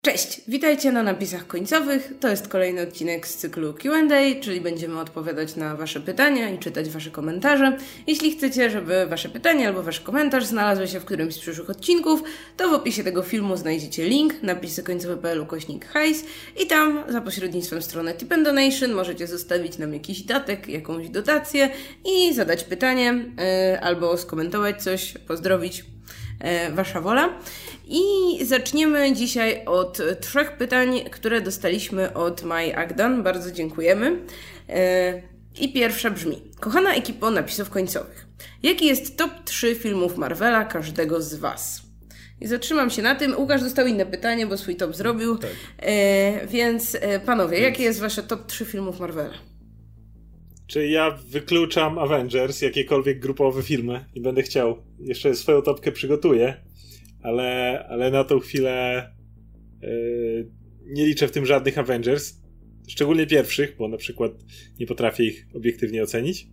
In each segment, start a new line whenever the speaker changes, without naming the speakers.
Cześć, witajcie na napisach końcowych. To jest kolejny odcinek z cyklu Q&A, czyli będziemy odpowiadać na wasze pytania i czytać wasze komentarze. Jeśli chcecie, żeby wasze pytanie albo wasz komentarz znalazły się w którymś z przyszłych odcinków, to w opisie tego filmu znajdziecie link napisykońcowe.pl/hajs i tam za pośrednictwem strony Tip and Donation możecie zostawić nam jakiś datek, jakąś dotację i zadać pytanie albo skomentować coś, pozdrowić. Wasza wola. I zaczniemy dzisiaj od 3 pytań, które dostaliśmy od Mai Agdan. Bardzo dziękujemy. I pierwsza brzmi: kochana ekipo napisów końcowych, jaki jest top 3 filmów Marvela każdego z was? I zatrzymam się na tym. Łukasz dostał inne pytanie, bo swój top zrobił. Tak. Więc panowie, jakie jest wasze top 3 filmów Marvela?
Czy ja wykluczam Avengers, jakiekolwiek grupowe filmy i będę chciał. Jeszcze swoją topkę przygotuję, ale na tą chwilę nie liczę w tym żadnych Avengers. Szczególnie pierwszych, bo na przykład nie potrafię ich obiektywnie ocenić.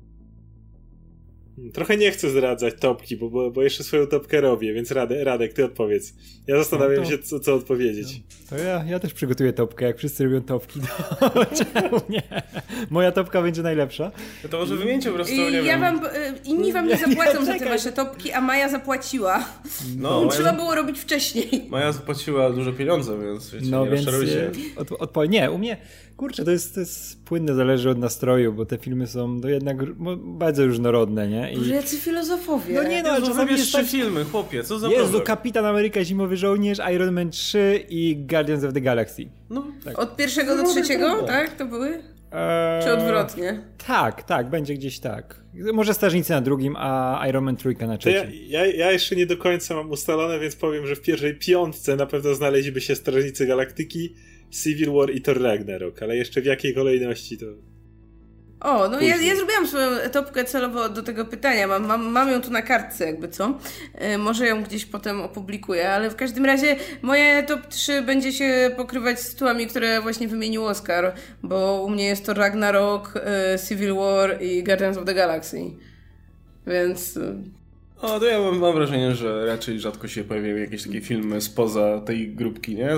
Trochę nie chcę zdradzać topki, bo jeszcze swoją topkę robię, więc Radek, ty odpowiedz. Ja zastanawiam się, co odpowiedzieć.
To ja też przygotuję topkę, jak wszyscy robią topki, to czemu nie? Moja topka będzie najlepsza.
To może wymieńcie po prostu, nie wiem.
Inni wam nie zapłacą za te wasze topki, a Maja zapłaciła. Trzeba było robić wcześniej.
Maja zapłaciła duże pieniądze, więc wiecie,
no
nie
więc
rozczarujcie.
U mnie, kurczę, to jest płynne, zależy od nastroju, bo te filmy są jednak bardzo różnorodne, nie?
Boże, jacy filozofowie.
No nie, ale czasami
jest 3 filmy, chłopie, co za
Jezu,
problem?
Kapitan Ameryka, Zimowy Żołnierz, Iron Man 3 i Guardians of the Galaxy.
No, tak. Od 1 do 3, tak? To były? Czy odwrotnie?
Tak, będzie gdzieś tak. Może Strażnicy na drugim, a Iron Man 3 na trzecim.
Ja jeszcze nie do końca mam ustalone, więc powiem, że w pierwszej 5 na pewno znaleźliby się Strażnicy Galaktyki, Civil War i Thor Ragnarok, ale jeszcze w jakiej kolejności to...
O, no ja zrobiłam swoją topkę celowo do tego pytania. Mam ją tu na kartce, jakby co. Może ją gdzieś potem opublikuję, ale w każdym razie moje top 3 będzie się pokrywać z tytułami, które właśnie wymienił Oskar, bo u mnie jest to Ragnarok, Civil War i Guardians of the Galaxy. Więc...
O, to ja mam wrażenie, że raczej rzadko się pojawiają jakieś takie filmy spoza tej grupki, nie?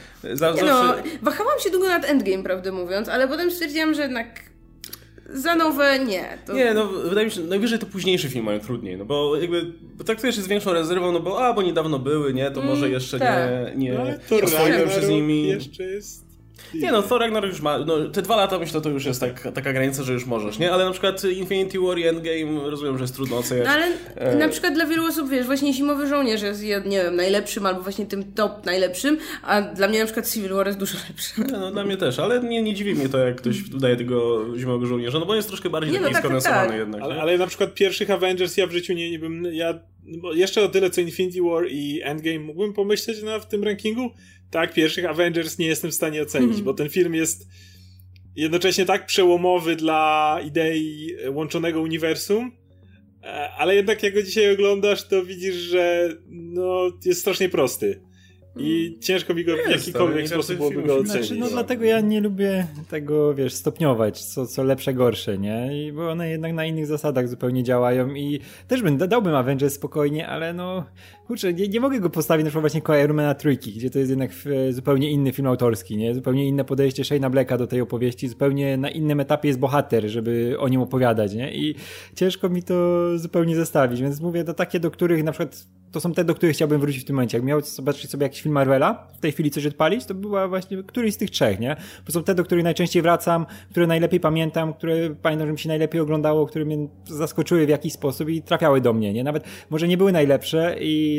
Wahałam się długo nad Endgame, prawdę mówiąc, ale potem stwierdziłam, że jednak... Za nowe nie.
Nie, no wydaje mi się, najwyżej to późniejszy film mają trudniej, no bo jakby traktujesz się z większą rezerwą, no bo niedawno były, nie, to może jeszcze nie oswoiłem się z nimi.
Jeszcze jest...
Nie no, Thor Ragnarok już ma, no te 2 lata myślę, to już jest taka granica, że już możesz, nie? Ale na przykład Infinity War i Endgame rozumiem, że jest trudno oceniać.
No ale na przykład dla wielu osób, wiesz, właśnie Zimowy Żołnierz jest, nie wiem, najlepszym albo właśnie tym top najlepszym, a dla mnie na przykład Civil War jest dużo lepszy.
No dla mnie też, ale nie dziwi mnie to, jak ktoś udaje tego Zimowego Żołnierza, no bo jest troszkę bardziej taki skondensowany jednak.
Ale na przykład pierwszych Avengers ja w życiu nie bym, bo jeszcze o tyle co Infinity War i Endgame mógłbym pomyśleć w tym rankingu. Tak, pierwszych Avengers nie jestem w stanie ocenić, bo ten film jest jednocześnie tak przełomowy dla idei łączonego uniwersum, ale jednak jak go dzisiaj oglądasz, to widzisz, że jest strasznie prosty. I ciężko mi go w jakikolwiek sposób byłoby go ocenić.
Znaczy, dlatego ja nie lubię tego, stopniować, co lepsze, gorsze, nie? Bo one jednak na innych zasadach zupełnie działają i też dałbym Avengers spokojnie, ale kurczę, nie mogę go postawić na przykład właśnie koło Iron Mana 3, gdzie to jest jednak zupełnie inny film autorski, nie? Zupełnie inne podejście Shane'a Blacka do tej opowieści, zupełnie na innym etapie jest bohater, żeby o nim opowiadać, nie? I ciężko mi to zupełnie zestawić, więc mówię, to takie, do których na przykład to są te, do których chciałbym wrócić w tym momencie. Jak miał zobaczyć sobie jakiś film Marvela, w tej chwili coś odpalić, to była właśnie któryś z tych 3, nie? Bo są te, do których najczęściej wracam, które najlepiej pamiętam, które pamiętam, że mi się najlepiej oglądało, które mnie zaskoczyły w jakiś sposób i trafiały do mnie, nie? Nawet może nie były najlepsze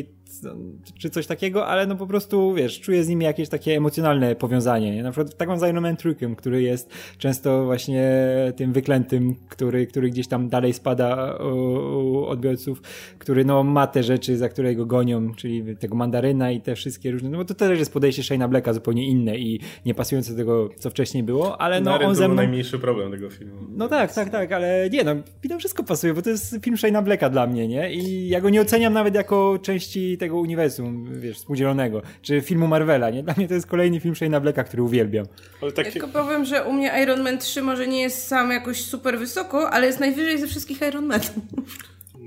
czy coś takiego, ale po prostu, czuję z nimi jakieś takie emocjonalne powiązanie, nie? Na przykład tak mam z Iron Man 3, który jest często właśnie tym wyklętym, który gdzieś tam dalej spada u odbiorców, który ma te rzeczy, za które go gonią, czyli tego mandaryna i te wszystkie różne, bo to też jest podejście Shane'a Blacka zupełnie inne i nie pasujące do tego, co wcześniej było, ale on ze mną...
to najmniejszy problem tego filmu.
No tak, ale nie, mi to wszystko pasuje, bo to jest film Shane'a Blacka dla mnie, nie? I ja go nie oceniam nawet jako części tego uniwersum, współdzielonego, czy filmu Marvela, nie? Dla mnie to jest kolejny film Shane'a Blacka, który uwielbiam.
Ale tak... Ja tylko powiem, że u mnie Iron Man 3 może nie jest sam jakoś super wysoko, ale jest najwyżej ze wszystkich Iron Manów.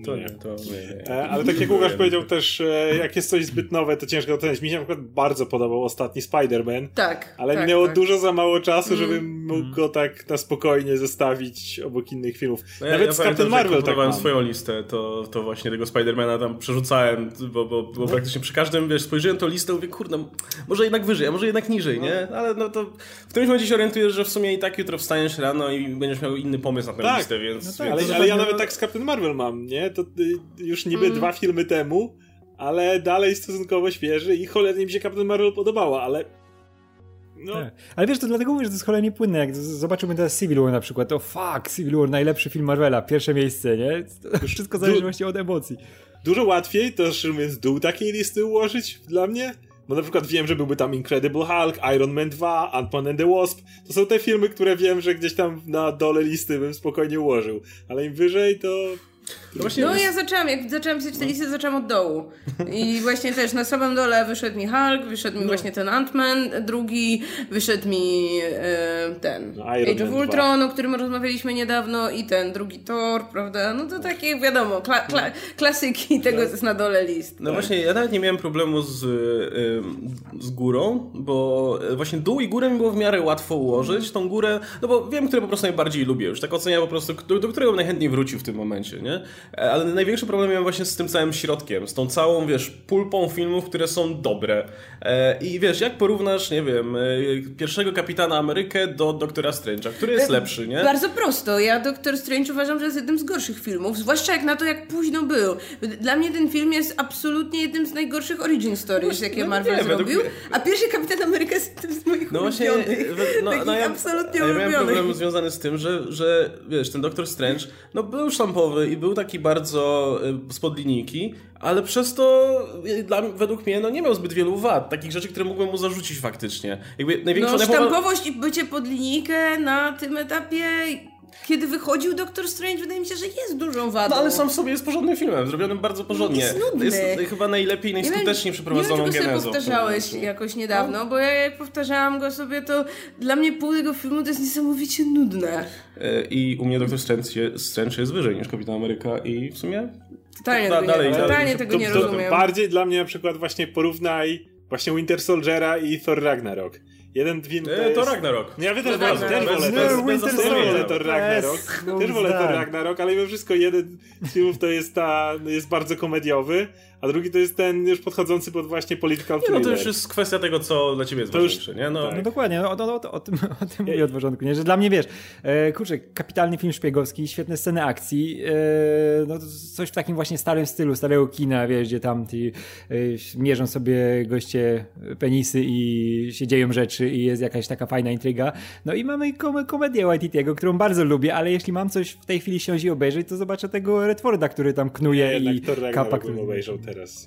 Ale tak jak Łukasz powiedział też, jak jest coś zbyt nowe, to ciężko ocenić. Mi się na przykład bardzo podobał ostatni Spider-Man.
Tak.
Ale minęło dużo za mało czasu, żebym mógł go tak na spokojnie zostawić obok innych filmów. Nawet z Captain Marvel tak mam.
Swoją listę, to właśnie tego Spider-Mana tam przerzucałem, bo praktycznie przy każdym, wiesz, spojrzałem tą listę i mówię, kurde, może jednak wyżej, a może jednak niżej, nie? Ale no to w którymś momencie się orientujesz, że w sumie i tak jutro wstaniesz rano i będziesz miał inny pomysł na tę listę, więc...
No tak, ale ja nawet tak z Captain Marvel mam, nie? To już niby 2 filmy temu, ale dalej stosunkowo świeży i cholernie mi się Captain Marvel podobała, ale... No.
Tak. Ale wiesz, to dlatego mówię, że to jest cholernie płynne. Jak zobaczymy teraz Civil War na przykład, to Civil War, najlepszy film Marvela, pierwsze miejsce, nie? To wszystko zależy właśnie od emocji.
Dużo łatwiej to, szczerze mówiąc, dół takiej listy ułożyć dla mnie. Bo na przykład wiem, że byłby tam Incredible Hulk, Iron Man 2, Ant-Man and the Wasp. To są te filmy, które wiem, że gdzieś tam na dole listy bym spokojnie ułożył. Ale im wyżej to...
No ja jak zaczęłam pisać tę listę, zaczęłam od dołu. I właśnie też na samym dole wyszedł mi Hulk, wyszedł mi właśnie ten Ant-Man, drugi, wyszedł mi ten Age of Ultron, o którym rozmawialiśmy niedawno, i ten drugi Thor, prawda? No to takie, wiadomo, klasyki tego, co jest na dole list.
No właśnie, ja nawet nie miałem problemu z górą, bo właśnie dół i górę mi było w miarę łatwo ułożyć. Tą górę, no bo wiem, które po prostu najbardziej lubię. Już tak oceniam po prostu, do którego bym najchętniej wrócił w tym momencie, nie? Ale największy problem miałem właśnie z tym całym środkiem, z tą całą, wiesz, pulpą filmów, które są dobre. I wiesz, jak porównasz, nie wiem, pierwszego Kapitana Amerykę do Doktora Strange'a, który jest lepszy, nie?
Bardzo prosto. Ja Doktor Strange uważam, że jest jednym z gorszych filmów, zwłaszcza jak na to, jak późno był. Dla mnie ten film jest absolutnie jednym z najgorszych origin stories, jakie Marvel zrobił, a pierwszy Kapitan Ameryka jest jednym z moich ulubionych. Absolutnie
ja
ulubionych.
miałem problem związany z tym, że wiesz, ten Doktor Strange był sztampowy i był taki bardzo spod linijki, ale przez to według mnie nie miał zbyt wielu wad, takich rzeczy, które mógłbym mu zarzucić faktycznie. Jakby największa
sztampowość i bycie pod linijkę na tym etapie, kiedy wychodził Doktor Strange, wydaje mi się, że jest dużą wadą.
No ale sam w sobie jest porządnym filmem, zrobionym bardzo porządnie.
Jest nudny.
Jest chyba najlepiej, najskuteczniej przeprowadzoną genezą. Nie wiem, czy go
powtarzałeś jakoś niedawno, bo ja jak powtarzałam go sobie, to dla mnie pół tego filmu to jest niesamowicie nudne.
I u mnie Doktor Strange jest wyżej niż Kapitan Ameryka i w sumie...
Totalnie tego nie rozumiem.
Bardziej dla mnie na przykład właśnie porównaj właśnie Winter Soldiera i Thor Ragnarok. Jeden film
to Ragnarok.
Ja też wolę Thor Ragnarok. Też wolę Thor Ragnarok, ale mimo wszystko jeden z filmów to jest bardzo komediowy, a drugi to jest ten już podchodzący pod właśnie political thriller.
No to już jest kwestia tego, co dla ciebie jest ważniejsze, nie?
No dokładnie, o tym mówię od początku, nie? Że dla mnie, wiesz, kurczę, kapitalny film szpiegowski, świetne sceny akcji, no coś w takim właśnie starym stylu, starego kina, wiesz, gdzie tam mierzą sobie goście penisy i się dzieją rzeczy i jest jakaś taka fajna intryga. No i mamy komedię Waititiego, którą bardzo lubię, ale jeśli mam coś w tej chwili siąść i obejrzeć, to zobaczę tego Redforda, który tam knuje i kapa, który
obejrzał teraz.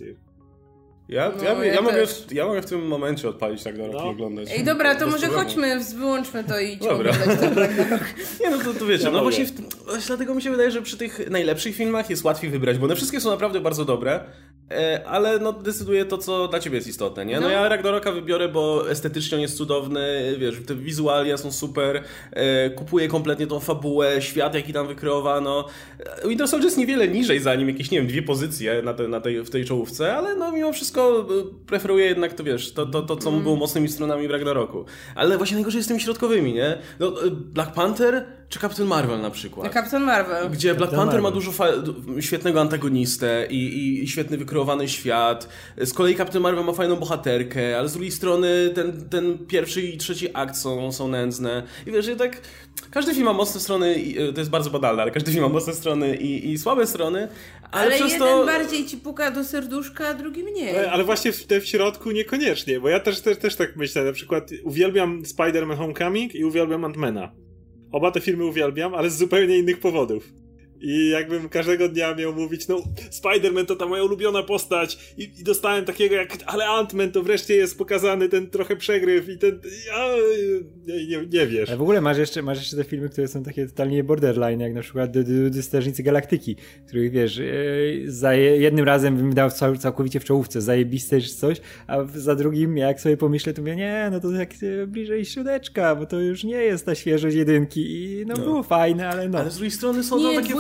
Ja mogę w tym momencie odpalić Ragnarok i oglądać.
Ej, dobra, to może chodźmy, wyłączmy to i
oglądać ten Ragnarok. Nie, no to wiecie, no właśnie dlatego mi się wydaje, że przy tych najlepszych filmach jest łatwiej wybrać, bo one wszystkie są naprawdę bardzo dobre, ale no decyduje to, co dla ciebie jest istotne, nie? No ja Ragnaroka wybiorę, bo estetycznie on jest cudowny, wiesz, te wizualia są super, kupuję kompletnie tą fabułę, świat jaki tam wykreowano. Winter Soldier jest niewiele niżej za nim, jakieś, nie wiem, 2 pozycje w tej czołówce, ale no mimo wszystko preferuję jednak, to wiesz, to co było mocnymi stronami w Ragnaroku. Ale właśnie najgorzej jest z tymi środkowymi, nie? No, Black Panther czy Captain Marvel na przykład.
Captain Marvel.
Gdzie Black Panther ma dużo świetnego antagonistę i świetny wykreowany świat. Z kolei Captain Marvel ma fajną bohaterkę, ale z drugiej strony ten pierwszy i trzeci akt są nędzne. I wiesz, że tak każdy film ma mocne strony, to jest bardzo banalne, ale każdy film ma mocne strony i słabe strony. Ale przez
jeden bardziej ci puka do serduszka, a drugi mniej.
Ale właśnie w środku niekoniecznie, bo ja też tak myślę. Na przykład uwielbiam Spider-Man Homecoming i uwielbiam Ant-Mana. Oba te filmy uwielbiam, ale z zupełnie innych powodów. I jakbym każdego dnia miał mówić, no Spider-Man to ta moja ulubiona postać i dostałem takiego ale Ant-Man to wreszcie jest pokazany ten trochę przegryw i ten... nie wiesz.
Ale w ogóle masz jeszcze te filmy, które są takie totalnie borderline, jak na przykład Strażnicy Galaktyki, których wiesz, za jednym razem bym dał całkowicie w czołówce, zajebiste czy coś, a za drugim jak sobie pomyślę, to mówię, nie, no to jak bliżej śródeczka, bo to już nie jest ta świeżość jedynki i no było fajne, ale no.
Ale z drugiej strony są takie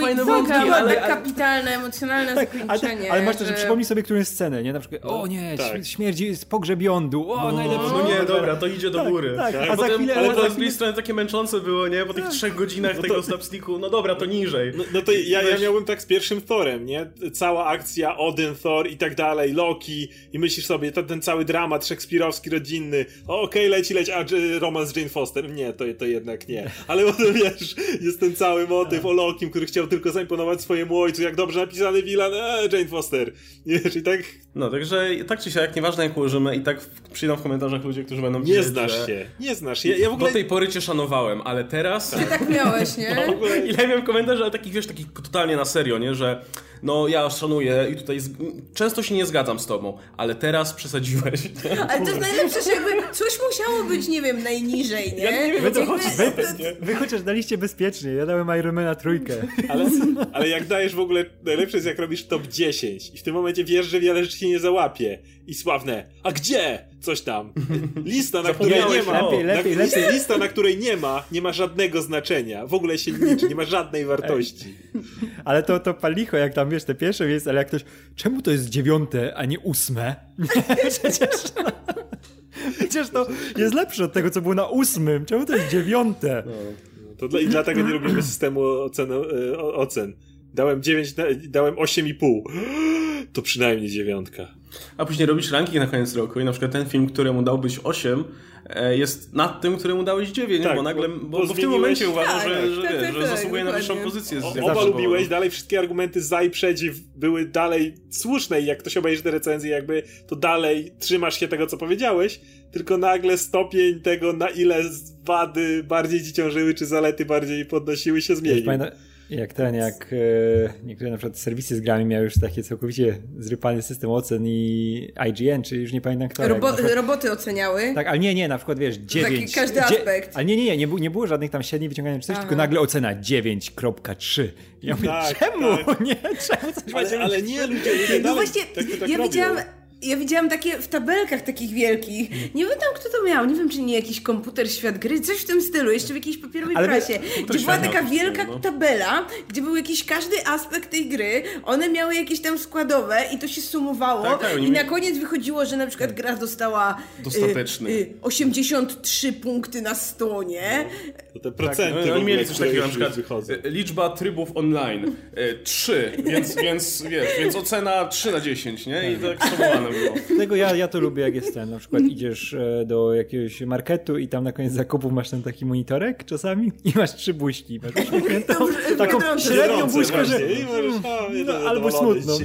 fajne wątki,
ale kapitalne, emocjonalne zakończenie.
Ale masz też, że przypomnij sobie którąś scenę, nie? Na przykład, o nie, śmierdzi z pogrzeb jądu, najlepsze.
No nie, dobra, to idzie do góry.
Tak.
A za chwilę, ale z drugiej strony takie męczące było, nie? Po tych 3 godzinach tego slapsticku, no dobra, to niżej.
No to ja miałbym tak z pierwszym Thorem, nie? Cała akcja, Odin, Thor i tak dalej, Loki i myślisz sobie, ten cały dramat szekspirowski, rodzinny, okej, leci, a romans z Jane Foster, nie, to jednak nie. Ale potem wiesz, jest ten cały motyw o Lokim, który chciał tylko zaimponować swojemu ojcu, jak dobrze napisany Wilan, Jane Foster. Nie wiesz, i tak...
No, także tak czy siak, nieważne jak ułożymy, i tak przyjdą w komentarzach ludzie, którzy będą
nie znasz się. Ja w ogóle...
Do tej pory cię szanowałem, ale teraz...
Ty tak miałeś, nie?
No, w ogóle... Ile miałem komentarzy, ale takich, wiesz, takich totalnie na serio, nie? Że no ja szanuję i tutaj często się nie zgadzam z tobą, ale teraz przesadziłeś.
Ale to jest najlepsze, że jakby coś musiało być, nie wiem, najniżej, nie?
Ja nie wiem, o co chodzi.
Wy chociaż daliście bezpiecznie, ja dałem Ironmana 3.
Ale jak dajesz w ogóle, najlepsze jest jak robisz top 10 i w tym momencie wiesz, że wiele rzeczy się nie załapie. I sławne, a gdzie? Coś tam. Lista, na której nie ma.
Lepiej.
Lista, na której nie ma żadnego znaczenia. W ogóle się nie liczy, nie ma żadnej wartości.
Ale to palicho, jak tam wiesz, te pierwsze miejsce, ale jak ktoś, czemu to jest 9, a nie 8? Przecież to jest lepsze od tego, co było na 8. Czemu to jest 9?
I dlatego nie lubimy systemu ocen. Dałem 9, dałem 8,5. To przynajmniej 9.
A później robisz ranking na koniec roku i na przykład ten film, któremu dałbyś 8, jest nad tym, któremu dałeś 9, tak, bo nagle, bo w tym momencie uważam, że zasługuje na wyższą pozycję.
Oba lubiłeś, dalej wszystkie argumenty za i przeciw były dalej słuszne i jak ktoś obejrzy te recenzje, jakby to dalej trzymasz się tego, co powiedziałeś, tylko nagle stopień tego, na ile wady bardziej ci ciążyły, czy zalety bardziej podnosiły, się zmienił.
Jak niektóre na przykład serwisy z grami miały już takie całkowicie zrypany system ocen i IGN, czy już nie pamiętam kto.
Roboty oceniały.
Tak, ale nie, na przykład wiesz, 9.
Taki każdy aspekt.
Ale nie było żadnych tam średnich wyciąganych czy coś, tylko nagle ocena 9.3. Ja mówię, czemu? Tak. Nie, czemu coś ma
ale nie, ludzie
no właśnie, ja widziałam takie w tabelkach takich wielkich. Nie pamiętam, kto to miał. Nie wiem, czy nie jakiś komputer świat gry, coś w tym stylu, jeszcze w jakiejś papierowej prasie. Gdzie była taka wielka tabela, gdzie był jakiś każdy aspekt tej gry, one miały jakieś tam składowe i to się sumowało. I na koniec wychodziło, że na przykład gra dostała 83 punkty na 100, nie?
To te procenty.
Tak, oni mieli coś takiego, na przykład liczba trybów online 3, więc ocena 3 na 10, nie? I tak sumowane było.
Dlatego ja to lubię, jak jest ten, na przykład idziesz do jakiegoś marketu i tam na koniec zakupów masz ten taki monitorek czasami i masz 3 buźki. Masz uśmiechniętą, taką średnią buźkę, że albo smutną.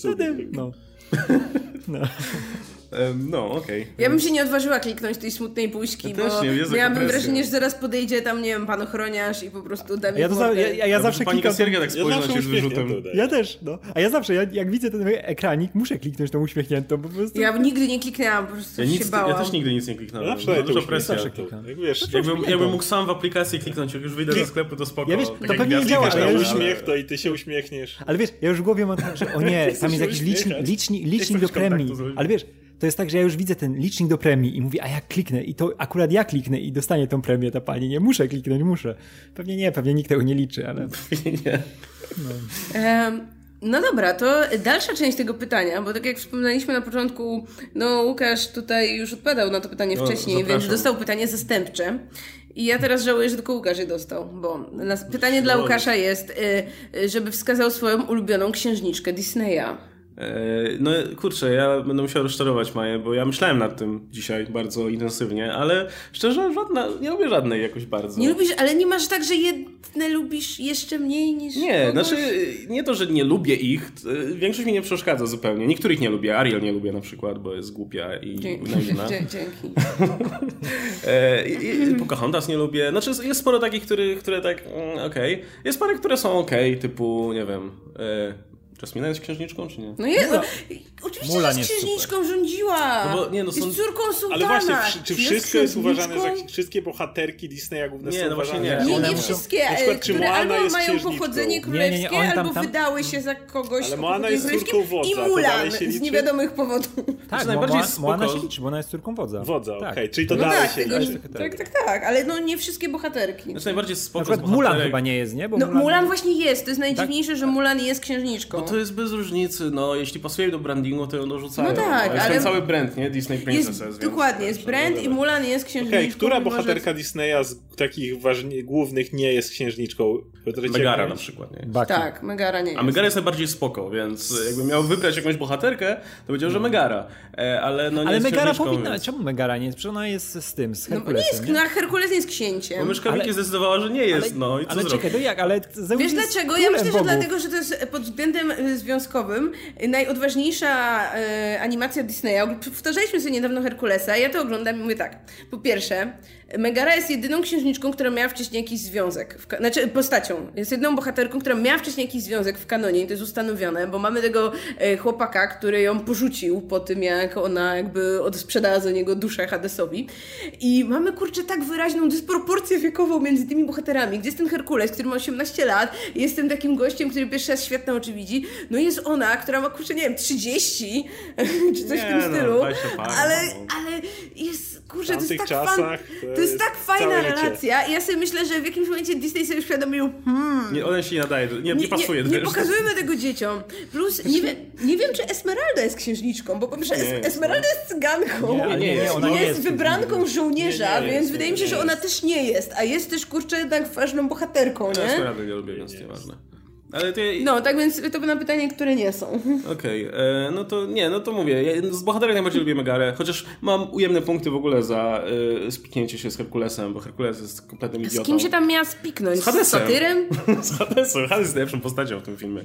No, okej.
Ja bym się nie odważyła kliknąć tej smutnej buźki, bo miałabym wrażenie, że zaraz podejdzie tam, nie wiem, pan ochroniarz i po prostu da mi
ja zawsze
pani kasjerka tak spojrzy na ciebie z wyrzutem.
Ja też, no. A ja zawsze, jak widzę ten ekranik, muszę kliknąć tą uśmiechniętą, po prostu.
Ja nigdy nie kliknęłam, po prostu się bałam.
Ja też nigdy nic nie kliknąłem.
Zawsze
dużo presja. Jakbym mógł sam w aplikacji kliknąć, jak już wyjdę ze sklepu, to spoko.
Ja wiesz, to pewnie nie działa,
ale uśmiech to i ty się uśmiechniesz.
Ale wiesz, ja już w głowie mam tak, że o nie, tam jest jakiś licznik do premii. Ale wiesz, to jest tak, że ja już widzę ten licznik do premii i mówię, a jak kliknę i to akurat ja kliknę i dostanie tą premię ta pani. Nie muszę kliknąć, muszę. Pewnie nikt tego nie liczy, ale...
nie.
No dobra, to dalsza część tego pytania, bo tak jak wspomnieliśmy na początku, no Łukasz tutaj już odpowiadał na to pytanie wcześniej, więc dostał pytanie zastępcze. I ja teraz żałuję, że tylko Łukasz je dostał, bo pytanie dla Łukasza jest, żeby wskazał swoją ulubioną księżniczkę Disneya.
No kurczę, ja będę musiał rozczarować Maję, bo ja myślałem nad tym dzisiaj bardzo intensywnie, ale szczerze nie lubię żadnej jakoś bardzo.
Nie lubisz, ale nie masz tak, że jedne lubisz jeszcze mniej niż
nie,
kogoś?
Znaczy nie to, że nie lubię ich, większość mi nie przeszkadza zupełnie. Niektórych nie lubię, Ariel nie lubię na przykład, bo jest głupia i naiwna.
Dzięki.
Pocahontas nie lubię, znaczy jest sporo takich, które tak okej. Jest parę, które są okej, typu nie wiem... Jasmina jest księżniczką, czy nie?
No jest, oczywiście
Mulan
jest
jest
księżniczką, rządziła.
No bo, nie, no są...
Jest córką sułtana.
Ale właśnie, czy wszystko jest uważane
księżniczką?
za... Wszystkie bohaterki Disneya główne
Nie,
są
no właśnie
uważane
nie.
za...
Nie
muszą-
wszystkie,
Na przykład, czy
które
Moana
albo
jest
mają
księżniczką?
pochodzenie królewskie,
Nie, one
albo
tam-
wydały się za kogoś
Ale
o
Moana jest
pochodzeniu
córką
królewskim.
wodza,
I
to
Mulan
dalej się
z
liczy?
niewiadomych powodów.
Tak,
najbardziej
Moana
spoko.
się liczy, bo ona jest córką wodza.
Wodza,
Tak.
okej, czyli to
No
dalej
tak,
się
tylko,
liczy.
tak, ale no nie wszystkie bohaterki.
Znaczy najbardziej
Na
spoko
przykład
z
Mulan
bohaterek-
chyba nie jest, nie? Bo
No Mulan właśnie jest, to jest najdziwniejsze, że Mulan jest księżniczką.
No to jest bez różnicy, no jeśli pasuje do brandingu, to ją dorzucają.
No tak,
jest
ale-
ten cały brand, nie? Disney Princesses.
Jest,
więc
dokładnie, jest brand i Mulan jest księżniczką.
Okej, która
mimo że-
bohaterka Disneya z takich głównych nie jest księżniczką?
Megara na przykład, nie?
Baki.
Tak, Megara nie jest.
A Megara jest najbardziej spoko, więc jakbym miał wybrać jakąś bohaterkę, to powiedział, że Megara. Ale no nie
Ale
jest
Megara
księżniczką,
powinna...
Więc...
Czemu Megara nie jest? Przecież ona jest z tym, z
No bo nie
Herkulesem,
jest, no a Herkules nie jest
Bo
księciem.
myszka
Ale-
Miki zdecydowała, że nie jest, no i co
Ale
zrobić?
czekaj, to jak? Ale Zeus
Wiesz
jest
dlaczego? Ja
królem
myślę, że
bogów.
dlatego, że to jest pod względem związkowym najodważniejsza animacja Disneya. Powtarzaliśmy sobie niedawno Herkulesa. Ja to oglądam i mówię tak. Po pierwsze, Megara jest jedyną księżniczką, która miała wcześniej jakiś związek. Znaczy postacią. Jest jedyną bohaterką, która miała wcześniej jakiś związek w kanonie i to jest ustanowione, bo mamy tego chłopaka, który ją porzucił po tym, jak ona jakby sprzedała za niego duszę Hadesowi. I mamy, kurczę, tak wyraźną dysproporcję wiekową między tymi bohaterami. Gdzie jest ten Herkules, który ma 18 lat, jest tym takim gościem, który pierwszy raz świetne oczy widzi. No jest ona, która ma, kurczę, nie wiem, 30 czy coś w tym stylu.
20 parę,
Ale
no.
jest, kurczę,
W
to jest
tamtych
tak
czasach
to jest tak fajna
całe życie.
relacja. I ja sobie myślę, że w jakimś momencie Disney sobie uświadomił,
Nie, ona się nie nadaje, nie pasuje.
nie pokazujemy tego dzieciom. Plus nie wiem, czy Esmeralda jest księżniczką, bo po pierwsze
Nie jest,
Esmeralda jest cyganką.
Nie, ona nie
jest
jest
wybranką żołnierza,
Nie, nie
więc
jest,
wydaje mi się,
nie
że ona też nie jest. A jest też, kurczę, jednak ważną bohaterką,
Ja
nie?
Esmeraldy nie lubię, więc nieważne. Ale to
No, tak więc to by na pytanie, które nie są.
Okej, no to mówię, ja z bohaterek najbardziej lubię Megarę, chociaż mam ujemne punkty w ogóle za spiknięcie się z Herkulesem, bo Herkules jest kompletnym idiotą.
Z kim się tam miała spiknąć?
Z Hadesem.
Satyrem?
Z Hadesem. Hades jest najlepszą postacią w tym filmie.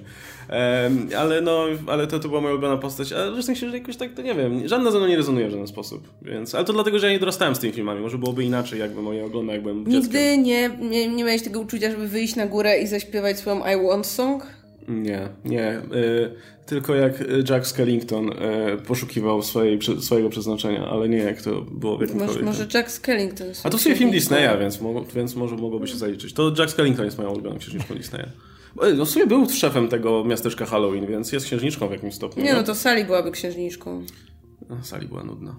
Ale to była moja ulubiona postać, a zresztą się, że jakoś tak, to nie wiem, żadna ze mną nie rezonuje w żaden sposób, więc, ale to dlatego, że ja nie dorastałem z tymi filmami, może byłoby inaczej, jakbym moje oglądał, jak byłem dzieckiem.
Nigdy nie miałeś tego uczucia, żeby wyjść na górę i zaśpiewać swoją I Want Song?
Nie. Tylko jak Jack Skellington poszukiwał swojego przeznaczenia, ale nie jak to było w jakimkolwiek.
Może Jack Skellington.
A to sobie film Disneya, więc może mogłoby się zaliczyć. To Jack Skellington jest moją ulubioną księżniczką Disneya. No w sumie był szefem tego miasteczka Halloween, więc jest księżniczką w jakimś stopniu.
Nie, no to Sally byłaby księżniczką.
Sali była nudna.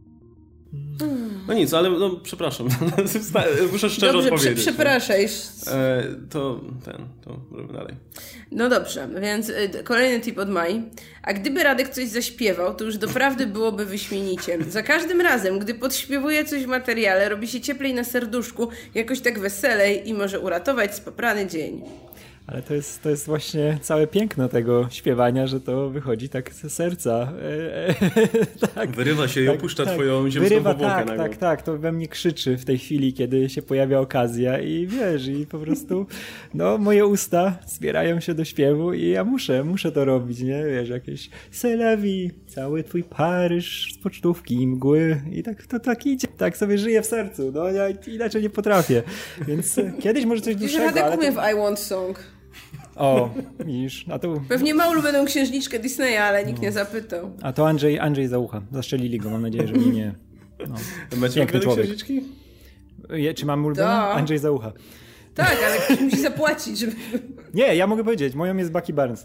No nic, ale no, przepraszam. Muszę szczerze
Dobrze,
odpowiedzieć.
przepraszaj.
To robimy dalej.
No dobrze, więc kolejny tip od Mai. A gdyby Radek coś zaśpiewał, to już doprawdy byłoby wyśmienicie. Za każdym razem, gdy podśpiewuje coś w materiale, robi się cieplej na serduszku, jakoś tak weselej i może uratować spaprany dzień.
Ale to jest właśnie całe piękno tego śpiewania, że to wychodzi tak ze serca. Tak.
Wyrywa się i opuszcza twoją ziemską powłokę nagle.
Tak, to we mnie krzyczy w tej chwili, kiedy się pojawia okazja i wiesz, i po prostu no moje usta zbierają się do śpiewu i ja muszę to robić, nie? Wiesz, jakieś c'est la vie, cały twój Paryż z pocztówki i mgły i to tak idzie, tak sobie żyję w sercu, no ja inaczej nie potrafię, więc kiedyś może coś dłuższego,
Radek
ale
umie w I Want Song.
O, widzisz, a to...
Pewnie ma ulubioną księżniczkę Disneya, ale nikt nie zapytał.
A to Andrzej Załucha. Zaszczelili go, mam nadzieję, że mnie nie... No.
Macie
Piękny człowiek.
księżniczki?
Czy mam ulubioną?
Da.
Andrzej Załucha.
Tak, ale ktoś musi zapłacić, żeby...
Nie, ja mogę powiedzieć. Moją jest Bucky Barnes.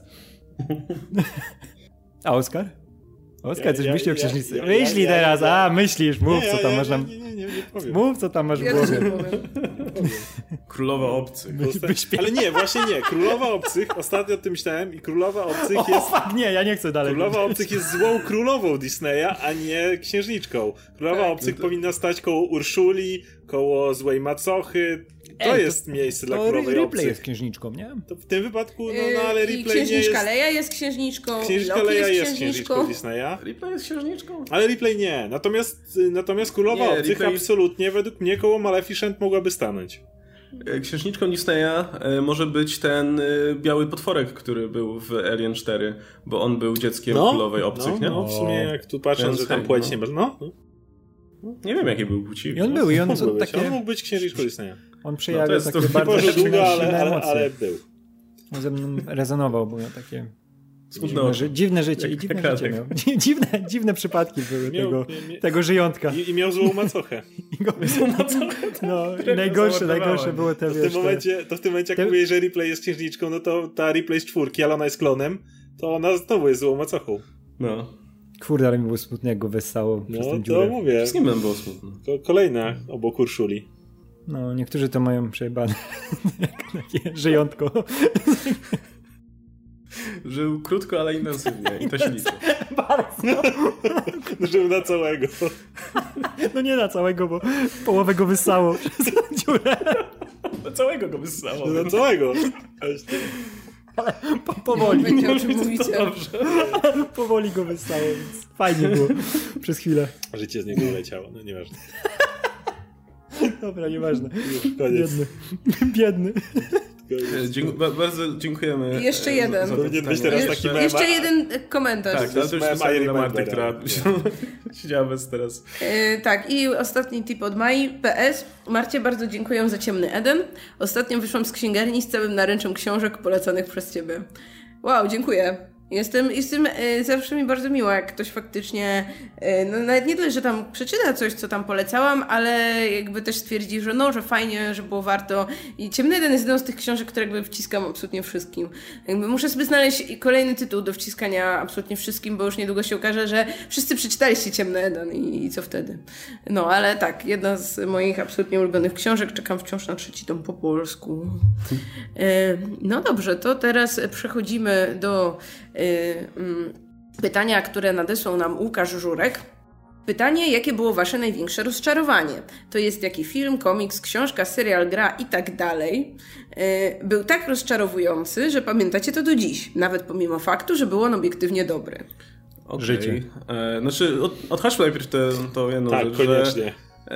A Oskar? Oskar, coś myśli o księżniczce. Myśli teraz, myślisz, mów co tam masz tam...
Nie powiem.
Mów co tam masz w
Ja też nie
głowie.
powiem.
Królowa obcych.
Ale nie, właśnie nie. Królowa Obcych, ostatnio o tym myślałem i Królowa Obcych
O,
jest...
fuck, nie, ja nie chcę dalej.
Królowa Obcych jest złą królową Disneya, a nie księżniczką. Królowa Obcych powinna stać koło Urszuli, koło złej macochy. To jest miejsce dla Królowej
Ripley
Obcych.
jest księżniczką, nie?
To w tym wypadku, no ale
I
Ripley nie
księżniczka
jest...
Leia jest księżniczką,
Księżniczka
Loki
Leia
jest
jest księżniczką Disneya.
Ripley jest księżniczką?
Ale Ripley nie. Natomiast Królowa
Nie,
Obcych
Ripley-
absolutnie według mnie koło Maleficent mogłaby stanąć.
Księżniczką Disneya może być ten biały potworek, który był w Alien 4, bo on był dzieckiem Królowej Obcych, nie?
No, w sumie jak tu patrząc, że tam płeć nie ma... No.
Nie wiem, jakiej był płci.
I on był, i on
Mógłby być.
takie...
On mógł być księżniczką Disneya.
On przejawiał
jest
takie
to
bardzo
Może długo,
silne emocje.
ale był.
On ze mną rezonował, bo miał takie Dziwne życie i dziwne życie miał. Dziwne przypadki były tego żyjątka.
I miał złą macochę.
No, najgorsze było te, wiesz...
W tym momencie, jak mówię, że Ripley jest księżniczką, no to ta Ripley z 4, ale ona jest klonem, to ona znowu jest złą macochą.
No.
Kurde, ale mi było smutno, jak go wessało przez tę dziurę.
No, to mówię.
Wszystkim nam było smutno.
To kolejna obok Urszuli.
No, niektórzy to mają przejebane. Takie żyjątko.
Żył krótko, ale intensywnie. I to się liczy.
Bardzo.
Żył na całego.
No nie na całego, bo połowę go wyssało przez dziurę.
Na całego go wyssało.
Na całego.
Ale powoli.
Będzie o czym mówicie.
Powoli go wyssało, więc fajnie było przez chwilę.
Życie z niego uleciało, no nieważne.
Dobra, nieważne.
Koniec.
Biedny.
Bardzo dziękujemy.
Jeszcze jeden.
Powinien być teraz taki mem.
Jeszcze jeden komentarz.
Tak, ale to już jest na Martę, która siedziała bez teraz.
Tak, i ostatni tip od Mai. PS. Marcie bardzo dziękuję za Ciemny Eden. Ostatnio wyszłam z księgarni z całym naręczem książek polecanych przez Ciebie. Wow, dziękuję. Jestem zawsze mi bardzo miło, jak ktoś faktycznie, no nawet nie tyle, że tam przeczyta coś, co tam polecałam, ale jakby też stwierdzi, że no, że fajnie, że było warto. I Ciemny Eden jest jedną z tych książek, które jakby wciskam absolutnie wszystkim. Jakby muszę sobie znaleźć kolejny tytuł do wciskania absolutnie wszystkim, bo już niedługo się okaże, że wszyscy przeczytaliście Ciemny Eden i co wtedy. No, ale tak, jedna z moich absolutnie ulubionych książek. Czekam wciąż na 3. tom po polsku. No dobrze, to teraz przechodzimy do pytania, które nadesłał nam Łukasz Żurek. Pytanie, jakie było wasze największe rozczarowanie? To jest jaki film, komiks, książka, serial, gra i tak dalej był tak rozczarowujący, że pamiętacie to do dziś, nawet pomimo faktu, że był on obiektywnie dobry.
Okay.
Życie.
Znaczy, odhaczmy najpierw to jedną
tak,
rzecz,
koniecznie.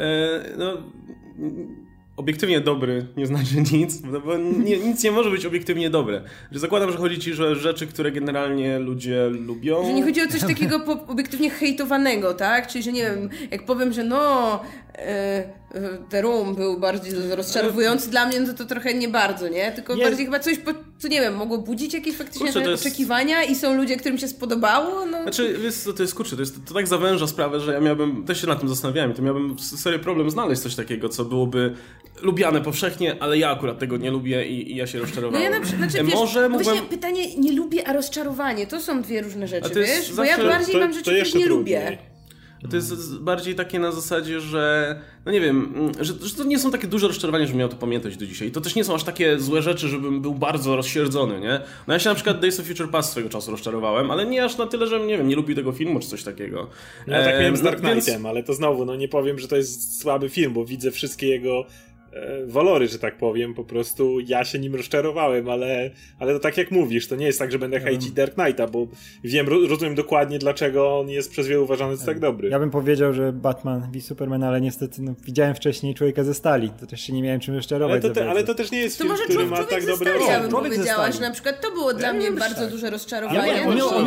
Obiektywnie dobry nie znaczy nic, bo nic nie może być obiektywnie dobre. Zakładam, że chodzi ci, że rzeczy, które generalnie ludzie lubią...
Że nie chodzi o coś takiego obiektywnie hejtowanego, tak? Czyli, że nie wiem, jak powiem, że no... The Room był bardziej rozczarowujący dla mnie, no to trochę nie bardzo, nie? Tylko bardziej chyba coś, co nie wiem, mogło budzić jakieś faktycznie oczekiwania i są ludzie, którym się spodobało, no...
Znaczy, to jest kurczę, to tak zawęża sprawę, że ja miałbym, też się nad tym zastanawiałem, to miałbym serio problem znaleźć coś takiego, co byłoby lubiane powszechnie, ale ja akurat tego nie lubię i ja się rozczarowałem.
No ja znaczy, wiesz, właśnie pytanie nie lubię, a rozczarowanie, to są dwie różne rzeczy, wiesz? Bo ja bardziej mam rzeczy, których nie lubię.
To jest bardziej takie na zasadzie, że no nie wiem, że to nie są takie duże rozczarowania, żebym miał to pamiętać do dzisiaj. To też nie są aż takie złe rzeczy, żebym był bardzo rozsierdzony, nie? No ja się na przykład Days of Future Past swego czasu rozczarowałem, ale nie aż na tyle, że nie wiem, nie lubił tego filmu czy coś takiego.
Ja tak miałem z Dark Knightem, ale to znowu, no nie powiem, że to jest słaby film, bo widzę wszystkie jego walory, że tak powiem, po prostu ja się nim rozczarowałem, ale to tak jak mówisz, to nie jest tak, że będę hejcić Dark Knighta, bo rozumiem dokładnie, dlaczego on jest przez wielu uważany za tak dobry.
Ja bym powiedział, że Batman v Superman, ale niestety widziałem wcześniej Człowieka ze Stali, to też się nie miałem czym rozczarować.
Ale to też nie jest film, który ma tak dobre
oceny. Ja bym powiedziała, że na przykład to było dla mnie bardzo duże rozczarowanie.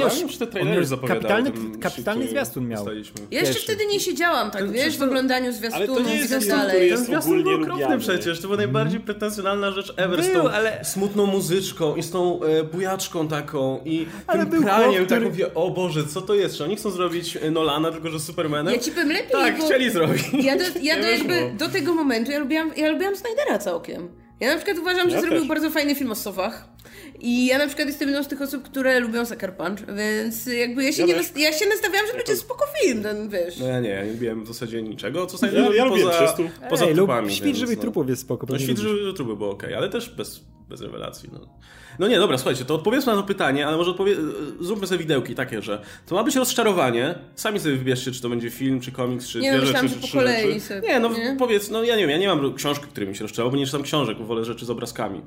Kapitalny zwiastun miał.
Ja jeszcze wtedy nie siedziałam, tak wiesz, w oglądaniu zwiastunu.
Ale to nie jest film, który jest ogólnie lubiany.
Przecież to była najbardziej pretensjonalna rzecz ever z tą smutną muzyczką i z tą bujaczką taką i tym praniem, tak mówię, o Boże, co to jest? Czy oni chcą zrobić Nolana, tylko że Supermanem?
Ja ci powiem lepiej,
tak, chcieli zrobić.
Ja jakby do tego momentu ja lubiam Snydera całkiem. Ja na przykład uważam, że zrobił bardzo fajny film o sowach. I ja na przykład jestem jedną z tych osób, które lubią Sucker Punch, więc jakby ja się nastawiałam, że będzie spoko film, ten wiesz.
No ja nie lubiłem w zasadzie niczego, co Snyder
ja lubię
poza trupami.
Świt żywych trupów jest spoko.
No Świt żywych trupów było okej, ale też bez rewelacji. No nie, dobra, słuchajcie, to odpowiedzmy na to pytanie, ale może zróbmy sobie widełki takie, że to ma być rozczarowanie, sami sobie wybierzcie, czy to będzie film, czy komiks, czy dwie rzeczy, czy trzy rzeczy. Nie, no powiedz, no ja nie wiem, ja nie mam książki, które mi się rozczarowały, bo nie czytam książek, bo wolę rzeczy z obrazkami.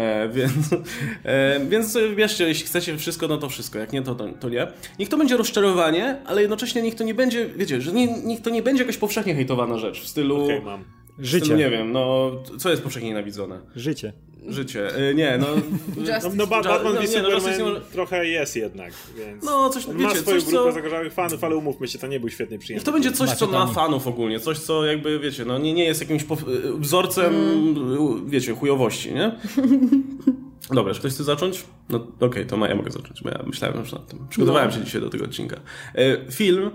Więc sobie wybierzcie, jeśli chcecie wszystko, no to wszystko, jak nie, to nie. Niech to będzie rozczarowanie, ale jednocześnie niech to nie będzie, wiecie, że niech to nie będzie jakaś powszechnie hejtowana rzecz w stylu...
mam.
Życie.
W stylu, nie wiem, no co jest powszechnie nienawidzone?
Życie.
Nie, no...
Batman v Superman trochę jest jednak, więc...
No, coś...
Ma swoją grupę zagorzałych fanów, ale umówmy się, to nie był świetny przyjemny.
Niech to będzie coś, co ma fanów ogólnie, coś, co jakby, wiecie, no nie jest jakimś wzorcem, wiecie, chujowości, nie? Dobra, czy ktoś chce zacząć? No okej, to ja mogę zacząć, bo ja myślałem już nad tym. Przygotowałem się dzisiaj do tego odcinka. Film...